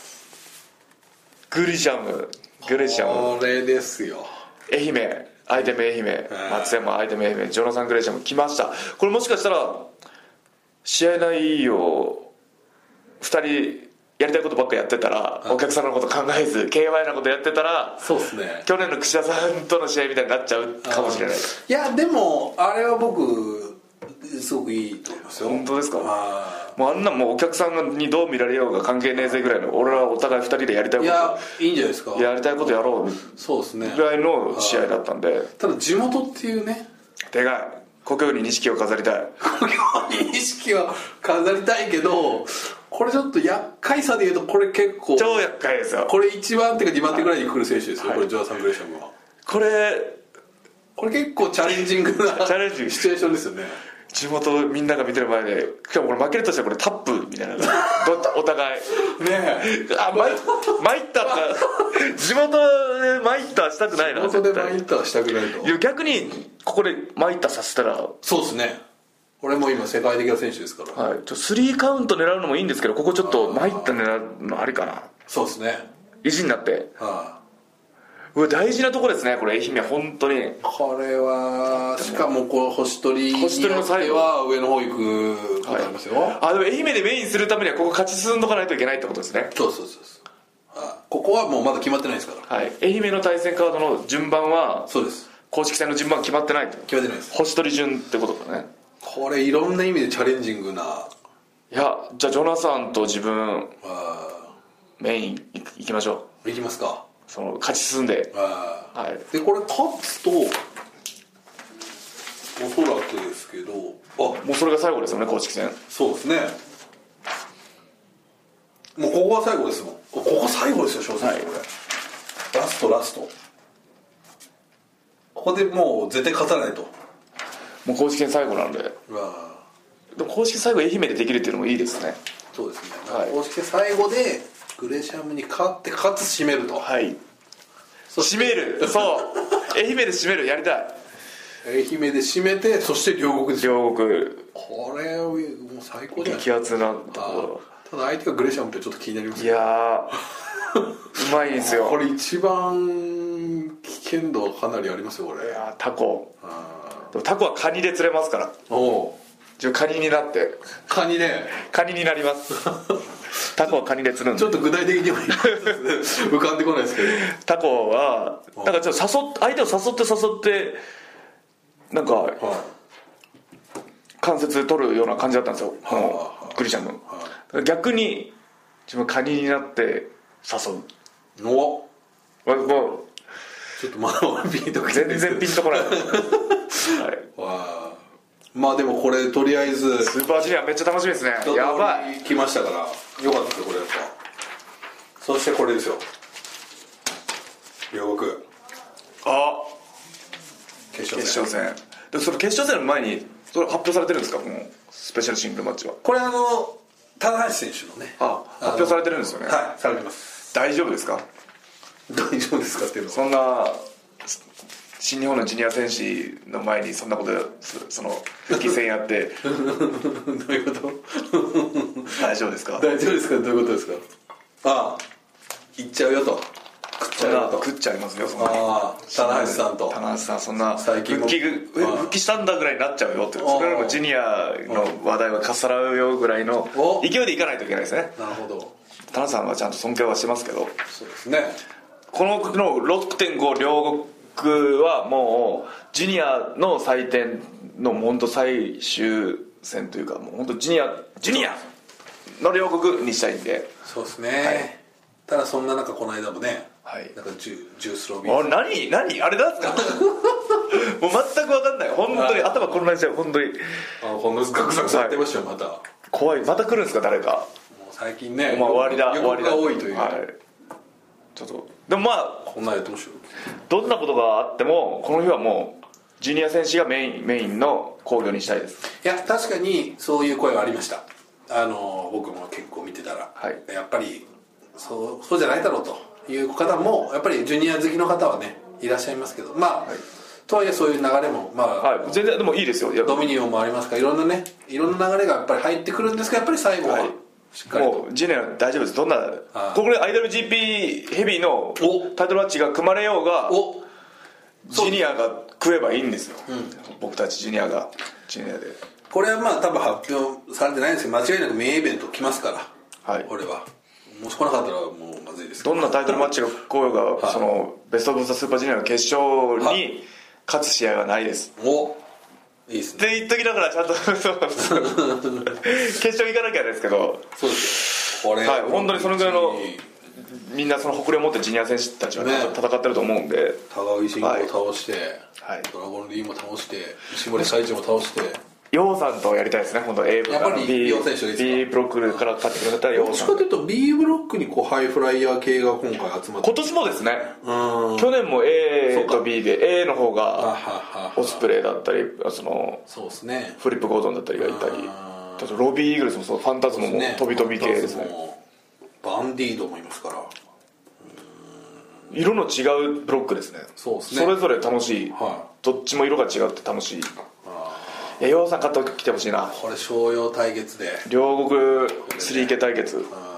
グリシャムグリシャムこれですよ。 愛媛アイテム愛媛松山アイテム愛媛ジョナサン・グレイシャム来ました。これもしかしたら試合内容ふたりやりたいことばっかやってたらお客さんのこと考えず ケーワイ なことやってたらそうですね去年の櫛田さんとの試合みたいになっちゃうかもしれない。 いやでもあれは僕すごくいいと思いますよ。 本当ですか。もうあんなもうお客さんにどう見られようが関係ねえぜぐらいの俺らお互いふたりでやりたいこといやいいんじゃないですか。 やりたいことやろうそうですねぐらいの試合だったんで。 ただ地元っていうねでかい故郷に錦を飾りたい故郷に錦は飾りたいけどこれちょっと厄介さでいうとこれ結構超厄介ですよ。 これいちばん手かにばん手ぐらいに来る選手ですよ、はい、これジョナサン・グレイシャムは。これこれ結構チャレンジングなチャレンジングシチュエーションですよね。 地元みんなが見てる前でしかもこれ負けるとしたらこれタップみたいなお互いねえあ参ったか地元で参ったしたくないな。 地元で参ったはしたくないと。 いや逆にここで参ったさせたらそうですね。俺も今世界的な選手ですから、 はい、スリーカウント狙うのもいいんですけどここちょっと参った狙うのありかな。 そうですね意地になって、 はあ、 うわ大事なとこですねこれ愛媛本当に。 これはしかもこう星取りによっては上の方行くことありますよ、はい、 あでも愛媛でメインするためにはここ勝ち進んどかないといけないってことですね。 そうそうそうそう、ここはもうまだ決まってないですから、 はい、愛媛の対戦カードの順番はそうです、 公式戦の順番決まってないと。 決まってないです。 星取り順ってことだね。 これいろんな意味でチャレンジングな。 いやじゃあジョナサンと自分メイン行きましょう。行きますか。 その勝ち進んで、 あ、 はい、 でこれ勝つとおそらくですけど、 あもうそれが最後ですよね公式戦。 そうですね、もうここが最後ですもん。ここ最後ですよ翔選手、はい、これラストラストここでもう絶対勝たないと。 もう公式戦最後なんで。 うわでも公式最後愛媛でできるっていうのもいいですね。 そうですね、はい、公式戦最後でグレシャムに勝ってかつ締めると。 はい、締めるそう愛媛で締めるやりたい。 愛媛で締めてそして両国ですよ。 両国これもう最高じゃない。 激アツなところ。 ただ相手がグレシャムってちょっと気になりますね。 いやうまいんですよこれ一番危険度はかなりありますよこれ。 いやタコでもタコはカニで釣れますから。 おおカニになってカニねカニになりますタコはカニで釣るんでちょっと具体的にも浮かんでこないですけどタコはなんかちょっと誘っ相手を誘って誘ってなんか、はい、関節取るような感じだったんですよ、はい、このグリシャム、はい、逆に自分カニになって誘う。 おもうちょっとまだピンとこない全然ピンとこない、はい、 わまあでもこれとりあえずスーパージュニアめっちゃ楽しみですね。やばい来ましたからよかったですよこれやっぱ。そしてこれですよ両国あ決勝戦。 決勝戦でその決勝戦の前にそれ発表されてるんですかこのスペシャルシングルマッチは。 これあの棚橋選手のねあ発表されてるんですよね。 はいされてます。 大丈夫ですか。 大丈夫ですかっていうのそんな新日本のジュニア選手の前にそんなことその復帰戦やってどういうこと大丈夫ですか。 大丈夫ですかどういうことですか。ああ行っちゃうよと食っちゃうよと食っちゃいますよそんな。 ああ棚橋さんと棚橋さんそんな最近復帰復帰したんだぐらいになっちゃうよって。それよりもジュニアの話題はかっさらうよぐらいの勢いでいかないといけないですね。 なるほど。 棚橋さんはちゃんと尊敬はしてますけど。 そうですね。 このの ろくてんご 両国はもうジュニアの祭典の本当最終戦というかもう本当ジュニアジュニアの両国にしたいんで。 そうですね、はい、ただそんな中この間もね、はい、なんかジュジュースロビーあ何何あれなんですかもう全く分かんない本当に頭混乱しちゃう本当に。 あこのガクガクやってましたよまた。 怖いまた来るんですか誰か。 もう最近ねまあ終わりだ予告が多いという、 はい、ちょっとでもまあこんなやってましたよ。 どんなことがあってもこの日はもうジュニア選手がメインメインの興行にしたいです。 いや確かにそういう声はありました。あの僕も結構見てたら、はい、やっぱりそうそうじゃないだろうという方もやっぱりジュニア好きの方はねいらっしゃいますけどまあ、はい、とはいえそういう流れもまあ、 はい、全然でもいいですよ。 ドミニオンもありますからいろんなねいろんな流れがやっぱり入ってくるんですがやっぱり最後は、はい、しっかりともうジュニア大丈夫です。どんなここで アイダブリュージーピー ヘビーのタイトルマッチが組まれようがジュニアが食えばいいんですよ、うん、僕たちジュニアがジュニアでこれはまあ多分発表されてないんですけど間違いなくメインイベント来ますから、はい、俺はもし来なかったらもうまずいですけどどんなタイトルマッチが来ようが、はい、そのベストオブザスーパージュニアの決勝に勝つ試合はないです。 おいいですねって言っときながらちゃんと決勝行かなきゃですけどそうですよこれ、 はい、本当にそのぐらいのみんなその誇りを持ってジュニア選手たちは、ね、戦ってると思うんで高木慎吾を倒して、はい、ドラゴンリーも倒して石森海地も倒してヨウさんとやりたいですね本当 A ブロックやっぱりヨウ選手ですか B ブロックから勝ってくれたらヨウさんどっちかというと B ブロックにこうハイフライヤー系が今回集まって今年もですね去年も A と B で A の方がオスプレイだったりそのそうですねフリップ・ゴードンだったりがいたりロビー・イーグルスもそうファンタズモも飛び飛び系ですねバンディードもいますから色の違うブロックですね。 そうですねそれぞれ楽しい、はい、どっちも色が違って楽しい。いやヨウさん勝ってきてほしいな。 これ商用対決で両国 スリーケー 対決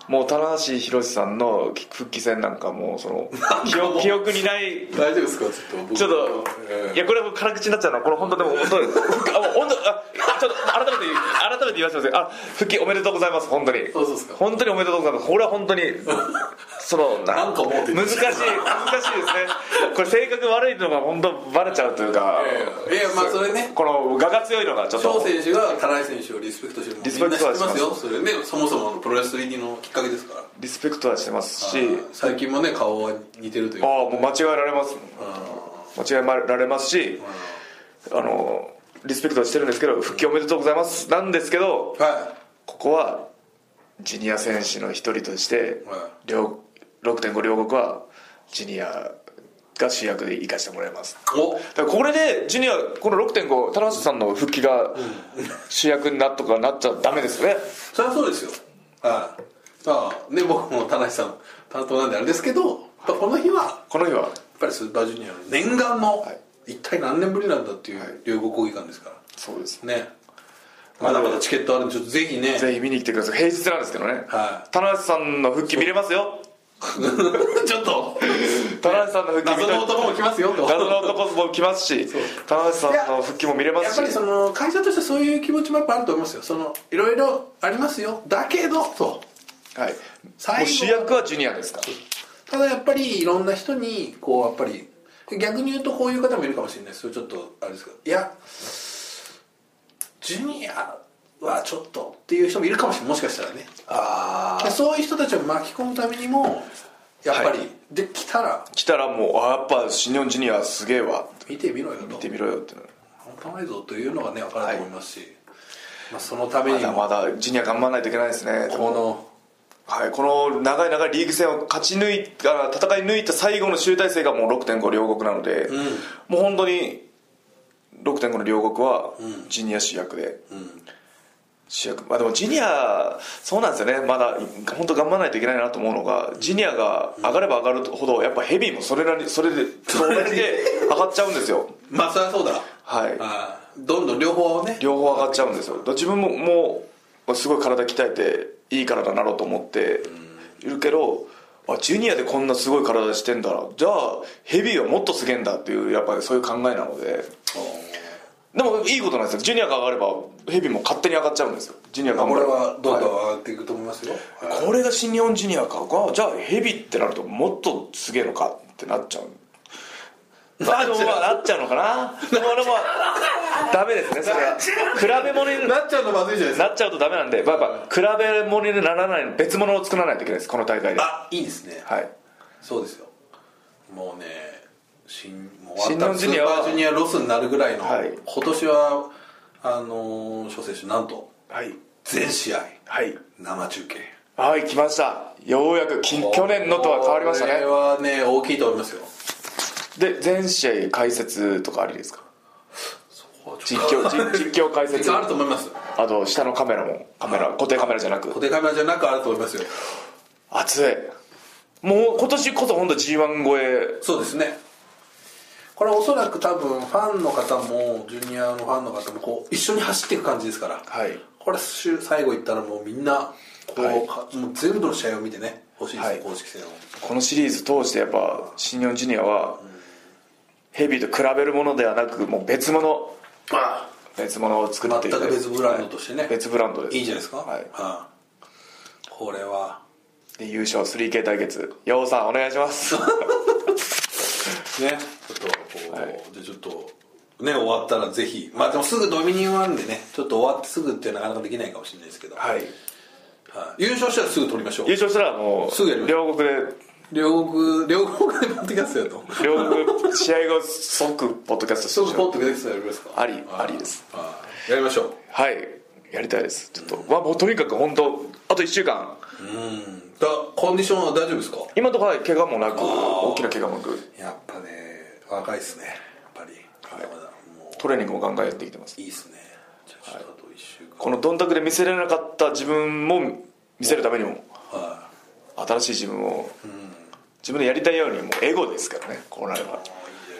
もう棚橋宏さんの復帰戦なんかもうその記憶記憶にない大丈夫ですかちょっとちょっと、えー、いやこれは辛口になっちゃうのはこれ本当でも本当あ本当あちょっと改めて改めて言わせてください。あ復帰おめでとうございます本当にそうですか本当におめでとうございます。これは本当にそのなんかもう難しい難しいですねこれ性格悪いのが本当バレちゃうというかいやいやまあそれねこの我が強いのがちょっと翔選手が棚橋選手をリスペクトしてるのリスペクトはみんな知ってますよそれねそもそものプロレス入りのきっかけですからリスペクトはしてますし最近もね顔は似てるというああもう間違えられます間違えられますしあのリスペクトはしてるんですけど復帰おめでとうございますなんですけど、はい、ここはジュニア選手の一人として、はい、ろくてんご 両国はジュニアが主役で生かしてもらいます。おだからこれでジュニアこの ろくてんご 棚橋さんの復帰が主役になっとかなっちゃダメですよね。 そりゃそうですよ。ああまあね僕も棚橋さん担当なんであれですけどこの日はこの日はやっぱりスーパージュニアの念願の、はい、一体何年ぶりなんだっていう両国国技館ですから、はい、 そうですねまだまだチケットあるんでちょっとぜひねぜひ見に来てください。平日なんですけどね、はい、棚橋さんの復帰見れますよちょっと棚橋さんの復帰謎の男も来ますよと謎の男も来ますし棚橋さんの復帰も見れますしやっぱりその会社としてそういう気持ちもやっぱあると思いますよ。そのいろいろありますよだけどとはいもう主役はジュニアですか。 ただやっぱりいろんな人にこうやっぱり逆に言うとこういう方もいるかもしれないです。それちょっとあれですけどいやジュニアはちょっとっていう人もいるかもしれないもしかしたらねあそういう人たちを巻き込むためにもやっぱり、はい、で来たら来たらもうあやっぱ新日本ジュニアすげえわ見てみろよと見てみろよって半端ないぞというのがね分かると思いますし、はいまあ、そのためにまだまだジュニア頑張らないといけないですね。 このはい、この長い長いリーグ戦を勝ち抜いた戦い抜いた最後の集大成がもう ろくてんご 両国なので、うん、もう本当に ろくてんご の両国はジュニア主役で、うん、主役まあでもジュニアそうなんですよねまだ本当頑張らないといけないなと思うのが、うん、ジュニアが上がれば上がるほどやっぱヘビーもそれなりそれでそれで上がっちゃうんですよまあそりゃそうだはいあどんどん両方ね両方上がっちゃうんですよ。自分ももうすごい体鍛えていい体になろうと思っているけど、あジュニアでこんなすごい体してんだらじゃあヘビーはもっとすげえんだっていうやっぱりそういう考えなのででもいいことなんですよ。ジュニアが上がればヘビーも勝手に上がっちゃうんですよ。ジュニアがこれはどんどん上がっていくと思いますよ、 はい、これが新日本ジュニアかじゃあヘビーってなるともっとすげえのかってなっちゃうまあでもまあなっちゃうのかなでも俺もダメですねそれは比べ物になっちゃうのまずいじゃないですか。 なっちゃうとダメなんで、まあ、まあ比べ物にならない別物を作らないといけないですこの大会で。 あいいですねはいそうですよ。もうね新もう終わったスーパージュニアロスになるぐらいの、はい、今年はあのー、諸選手なんと、はい、全試合、はい、生中継はい来ましたようやく去年のとは変わりましたね。 これはね大きいと思いますよ。 で全試合解説とかありですか。実況実況解説あると思います。 あと下のカメラもカメラ固定カメラじゃなく固定カメラじゃなくあると思いますよ。 熱いもう今年こそ本当 ジーワン 超えそうですね。これおそらく多分ファンの方もジュニアのファンの方もこう一緒に走っていく感じですから、はい、これ最後いったらもうみんなこう、はい、もう全部の試合を見てね欲しいですね、はい、公式戦を。 このシリーズ通してやっぱ新日本ジュニアは、うん、ヘビーと比べるものではなくもう別物ああ別物を作ってい全く別ブランドとしてね、 はい、別ブランドです。 いいじゃないですか、はいはあ、これはで優勝 スリーケー 対決ヨウさんお願いしますねちょっとこう、はい、じゃあちょっとね終わったらぜひまあでもすぐドミニオンワンでねちょっと終わってすぐってなかなかできないかもしれないですけど、はいはい、優勝したらすぐ取りましょう。 優勝したらもうすぐやりましょう。両国で両国両国でポッドキャストやと両国試合後即ポッドキャスト即ポッドキャストやりますか。 ありありです。 あやりましょう。 はいやりたいです。ちょっと、うん、まあもうとにかく本当あといっしゅうかんうんだコンディションは大丈夫ですか。 今のところは怪我もなく大きな怪我もなくやっぱね若いっすねやっぱり、はい、まだもうトレーニングもガンガンやってきてます。 いいっすね。じゃあちょっとあといっしゅうかん、はい、 このどんたくで見せれなかった自分も見せるためにも、はい、新しい自分を、うん、自分でやりたいようにもうエゴですからねこうなれば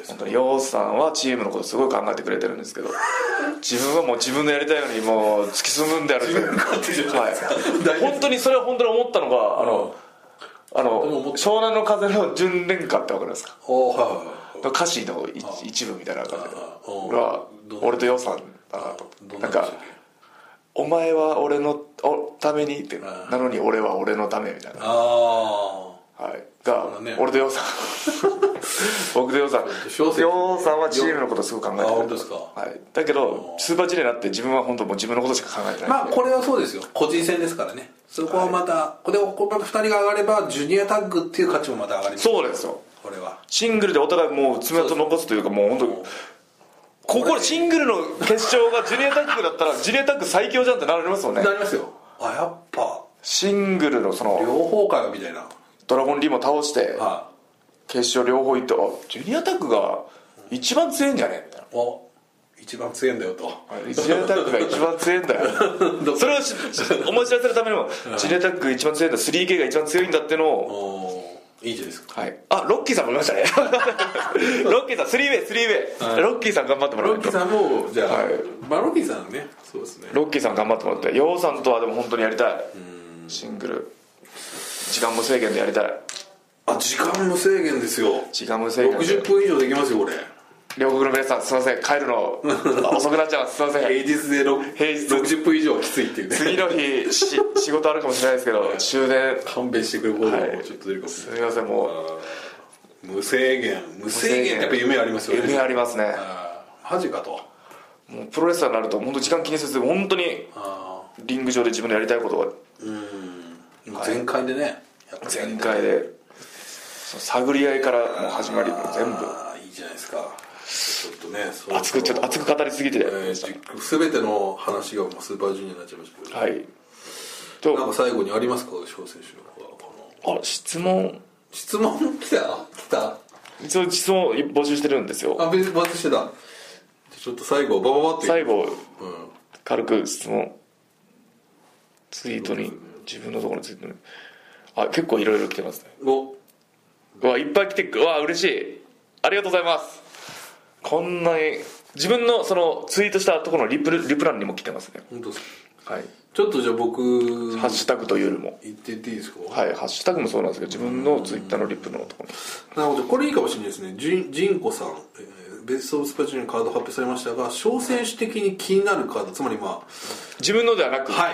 ですか。 本当にヨウさんはチームのことすごい考えてくれてるんですけど自分はもう自分のやりたいようにもう突き進むんであるとはい本当にそれは本当に思ったのがあのあの湘南の風の純恋歌ってわかりますか。 おはいはいはい歌詞の一部みたいな感じで俺は俺とヨウさんだなとなんかお前は俺のためにってなのに俺は俺のためみたいなあはいが、ね、俺とヨウさん僕とヨウさんヨウさんはチームのことすごく考えてくれる、はい、だけどスーパージュニアになって自分は本当もう自分のことしか考えてない。 まあこれはそうですよ、個人戦ですからね。そこはまた、はい、これをまたふたりが上がればジュニアタッグっていう価値もまた上がります。 そうですよ。 これはシングルでお互いもう爪痕残すというかもう本当ここシングルの決勝がジュニアタッグだったらジュニアタッグ最強じゃんってなりますよね。 なりますよ。あやっぱシングルのその両方かよみたいなドラゴンリーも倒して決勝両方行ってあジュニアタッグが一番強いんじゃねみたいな。 お一番強いんだよとジュニアタッグが一番強いんだよそれを思い知らせるためにもジュニアタッグが一番強いんだ スリーケー が一番強いんだってのをいいじゃないですか。 はい、あロッキーさんもいましたねロッキーさんスリーウェイスリーウェイ、はい、ロッキーさん頑張ってもらうと。 ロッキーさんもじゃあ、はい、まあロッキーさんねそうですねロッキーさん頑張ってもらってヨウさんとはでも本当にやりたいシングル時間無制限でやりたい。 あ時間無制限ですよ。 時間無制限ろくじゅっぷん以上できますよこれ。 両国の皆さんすいません帰るの遅くなっちゃいますすいません平日でろくじゅっぷん以上はきついっていうね。 次の日し仕事あるかもしれないですけど終電勘弁してくれることもちょっと出るかもしれない、 はい、すみませんもう無制限無制限ってやっぱ夢ありますよね。 夢ありますね。 マジかと。 もうプロレスラーになると本当時間気にせず本当にリング上で自分のやりたいことがうん全開でね全開で探り合いからもう始まり全部いいじゃないですか。ちょっとね熱くちょっと熱く語りすぎて、えー、全ての話がもうスーパージュニアになっちゃいましたけど、 はいとなんか最後にありますか翔選手のこのあ質問質問来た来た一応質問募集してるんですよ。 あ別に募集してた。ちょっと最後バババって最後、うん、軽く質問ツイートに自分のところのツイートにあ結構いろいろ来てますね。 おうわいっぱい来てうわ嬉しいありがとうございます。こんなに自分のそのツイートしたところのリプリプランにも来てますね。 本当ですか。はいちょっとじゃあ僕ハッシュタグというよりも言っていっていいですか。 はいハッシュタグもそうなんですけど自分のツイッターのリプのところになるほどこれいいかもしれないですね。ジンジンコさん、えー、ベストオブスパチュニのカード発表されましたが小選手的に気になるカードつまりまあ自分のではなくはい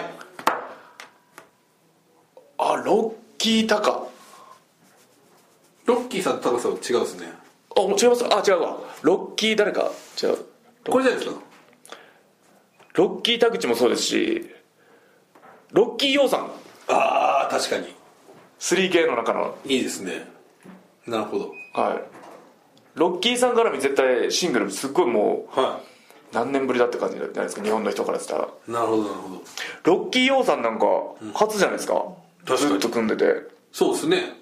あロッキータカロッキーさんとタカさんは違うですね。 あ違いますあ違うわロッキー誰か違うこれじゃないですか。 ロッキー田口もそうですしロッキーヨウさんああ確かにスリーケー の中のいいですね。なるほどはいロッキーさん絡み絶対シングルすっごいもう、はい、何年ぶりだって感じじゃないですか日本の人からしたら。 なるほどなるほど。 ロッキーヨウさんなんか初じゃないですか、うん、ずっと組んでてそうですね。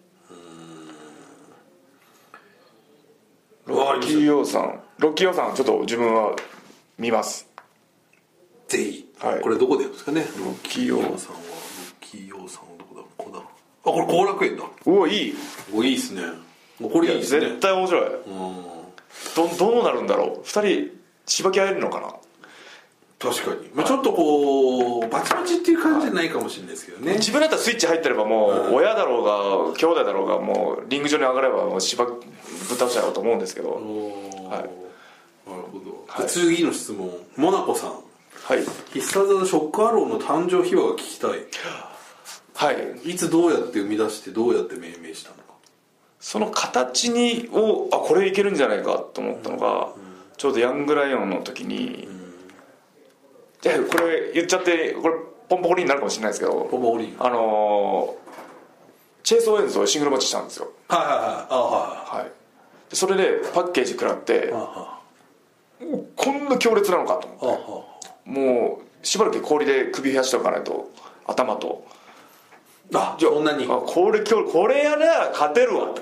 ロッキーヨウさんロッキーヨウさんちょっと自分は見ますぜひ、 はい、 これどこでやるんですかね。 ロッキーヨウさんはロッキーヨウさんはどこだここだあこれ後楽園だ。 おおいいおいいっすね。これいいですね。 絶対面白い。うんどどうなるんだろうふたりしばき合えるのかな。 確かに、まあ、ちょっとこうバチバチっていう感じじゃないかもしれないですけどね。 自分だったらスイッチ入ってればもう、うん、親だろうが兄弟だろうがもうリング上に上がればもうしばぶっ倒しちゃうと思うんですけど、はい、 なるほど、はい、次の質問モナコさんはい必殺技ショックアローの誕生秘話が聞きたい。 はいいつどうやって生み出してどうやって命名したのか。 その形にをあこれいけるんじゃないかと思ったのが、うん、ちょうどヤングライオンの時に、うんじゃあこれ言っちゃってこれポンポコリンになるかもしれないですけどポンポコリンあのー、チェイス・オーエンズをシングルマッチしたんですよ。 はいはいはいあはい、はい、 でそれでパッケージ食らって、はあ、こんな強烈なのかと思って、はあ、もうしばらく氷で首冷やしておかないと頭とあじゃあそんなにあこれこれやら勝てるわと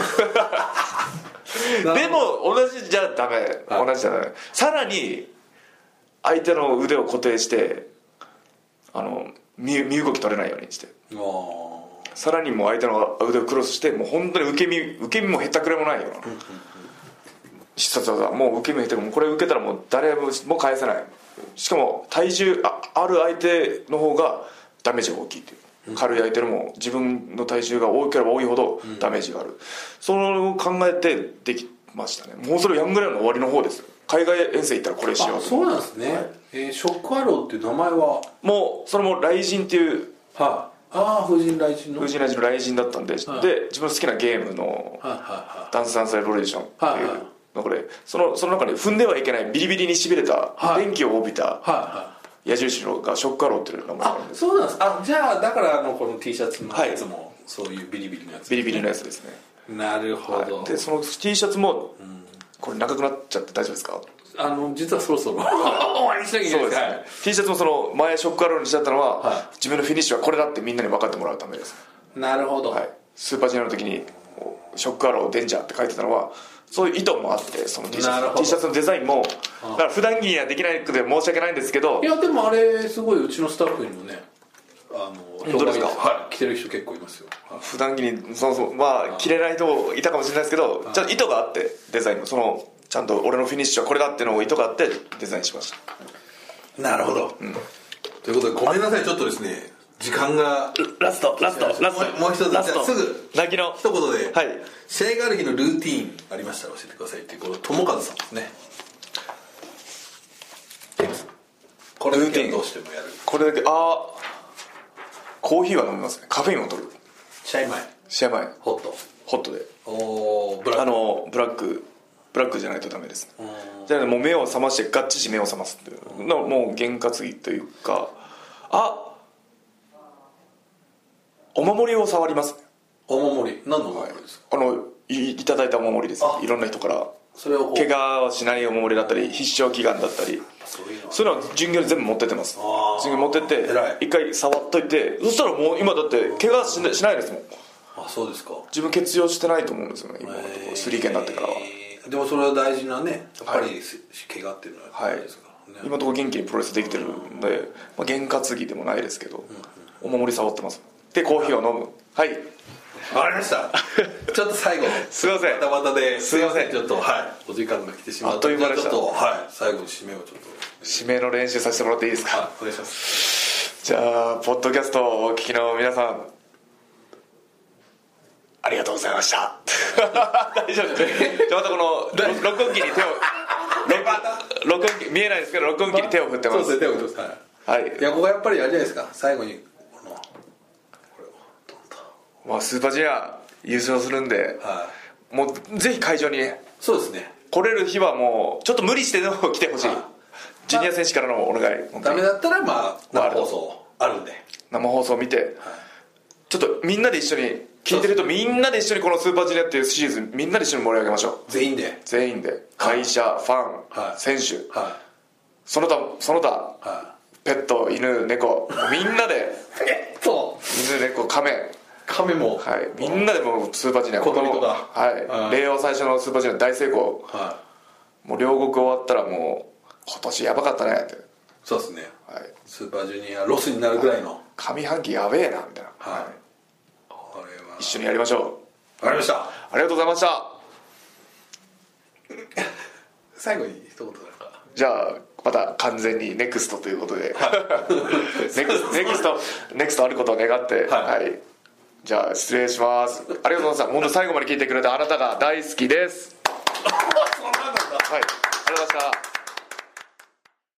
でも同じじゃダメ、はい、同じじゃダメさらに相手の腕を固定してあの 身, 身動き取れないようにしてさらにもう相手の腕をクロスしてもう本当に受け身受け身もへったくれもないような必殺技もう受け身てもこれ受けたらもう誰ももう返せない。しかも体重 あ, ある相手の方がダメージが大きいっていう、うん、軽い相手よりも自分の体重が多ければ多いほどダメージがある、うん、それを考えてできましたね。もうそれヤングライオンの終わりの方ですよ。海外遠征行ったらこれしようと。 あ、そうなんですね、はい。えー、ショックアローっていう名前はもうそれも雷神っていう、 はい、ああ、風神雷神の風神雷神の雷神だったんで、はい、で自分の好きなゲームのダンスダンスレボリューションっていう、はいはい、これそのその中に踏んではいけないビリビリにしびれた、はい、電気を帯びた、はいはい、矢印のがショックアローっていう名前なんです。 あ、そうなんです。あ、じゃあだからあのこの T シャツのやつも、はい、そういうビリビリのやつ、 ね、ビリビリのやつですね。 なるほど、 はい、でその T シャツも、うん、これ長くなっちゃって大丈夫ですか？ あの実はそろそろ終わりにしなきゃいけないですね。はい、 T シャツもその前ショックアローにしちゃったのは、はい、自分のフィニッシュはこれだってみんなに分かってもらうためです。 なるほど、 はい、スーパージュニアの時にショックアローデンジャーって書いてたのはそういう意図もあって、その T シャツ, T シャツのデザインもだから普段着にはできないくて申し訳ないんですけど、 いやでもあれすごいうちのスタッフにもね、あの本当ですか、 はい、着てる人結構いますよ、 はい、普段着にそうそうまあ着れない人いたかもしれないですけど、ちゃんと意図があってデザインのそのちゃんと俺のフィニッシュはこれだっていうのを意図があってデザインしました。 なるほど、うん、ということでごめんなさい、ちょっとですね時間がラストラストラストもう一つ、じゃあすぐ泣きの一言で、 はい、 試合がある日のルーティーンありましたら教えてくださいっていう、この友和さんですね。これだけはどうしてもやる。 これだけ、ああコーヒーは飲みますね。カフェインを取る。 試合前試合前ホットホットで、 おブラック、 あのブラックブラックじゃないとダメですね。じゃあもう目を覚ましてガッチリ目を覚ますっていうのもう験担ぎというか、あお守りを触りますね。 お守り何のお守りですか？ はい、あの い, いただいたお守りです。いろんな人からそれを怪我をしないお守りだったり必勝祈願だったり、 そういうのそういうのは巡業で全部持ってってます。巡業持ってって一回触っといて、そしたらもう今だって怪我し な, しないですもん。 あ、そうですか。 自分欠場してないと思うんですよね今のところ、スリーケーになってからは。 でもそれは大事なね、やっぱり、はい、怪我っていうのは大事ですからね、はい、今のところ元気にプロレスできてるんで、まあ、験担ぎでもないですけど、うんうん、お守り触ってます。でコーヒーを飲む。はい、 わかりましたちょっと最後すいません、 バタバタですいません、 ちょっとはいお時間が来てしまった。 あっという間でした。 ちょっとはい最後に締めをちょっと締めの練習させてもらっていいですか？ はい、お願いします。 じゃあポッドキャストをお聞きの皆さんありがとうございました大丈夫じゃあまたこの録音機に手を録音機見えないですけど録音機に手を振ってます。 そうですね、手を振ってます。はい、はい、いやここやっぱりあれじゃないですか、最後にこのこれをドンと、 まあ、スーパージュニア優勝するんで、はい、もうぜひ会場にね、 そうですね、 来れる日はもうちょっと無理してでも来てほしい、はい、ジュニア選手からのお願い。 ダメだったらまあ生放送あるんで生放送見て、はい、ちょっとみんなで一緒に聞いてるとみんなで一緒にこのスーパージュニアっていうシーズンみんなで一緒に盛り上げましょう。 全員で全員で会社、はい、ファン、はい、選手、はい、その他その他、はい、ペット、犬、猫みんなでペット、 犬、猫、カメカメも、 はい、みんなでもうスーパージュニア小鳥とか、 はい、令和最初のスーパージュニア大成功、はい、もう両国終わったらもう今年やばかったねって。 そうですね、はい、スーパージュニアロスになるぐらいの、はい、 上半期やべえなみたいな、はい、これは一緒にやりましょう。わかりました、 ありがとうございました最後に一言なんか、 じゃあまた完全にネクストということでネクストネクストネクストあることを願って、はい、はい、じゃあ失礼します。ありがとうございました。本当最後まで聞いてくれたあなたが大好きですはい、ありがとうございました。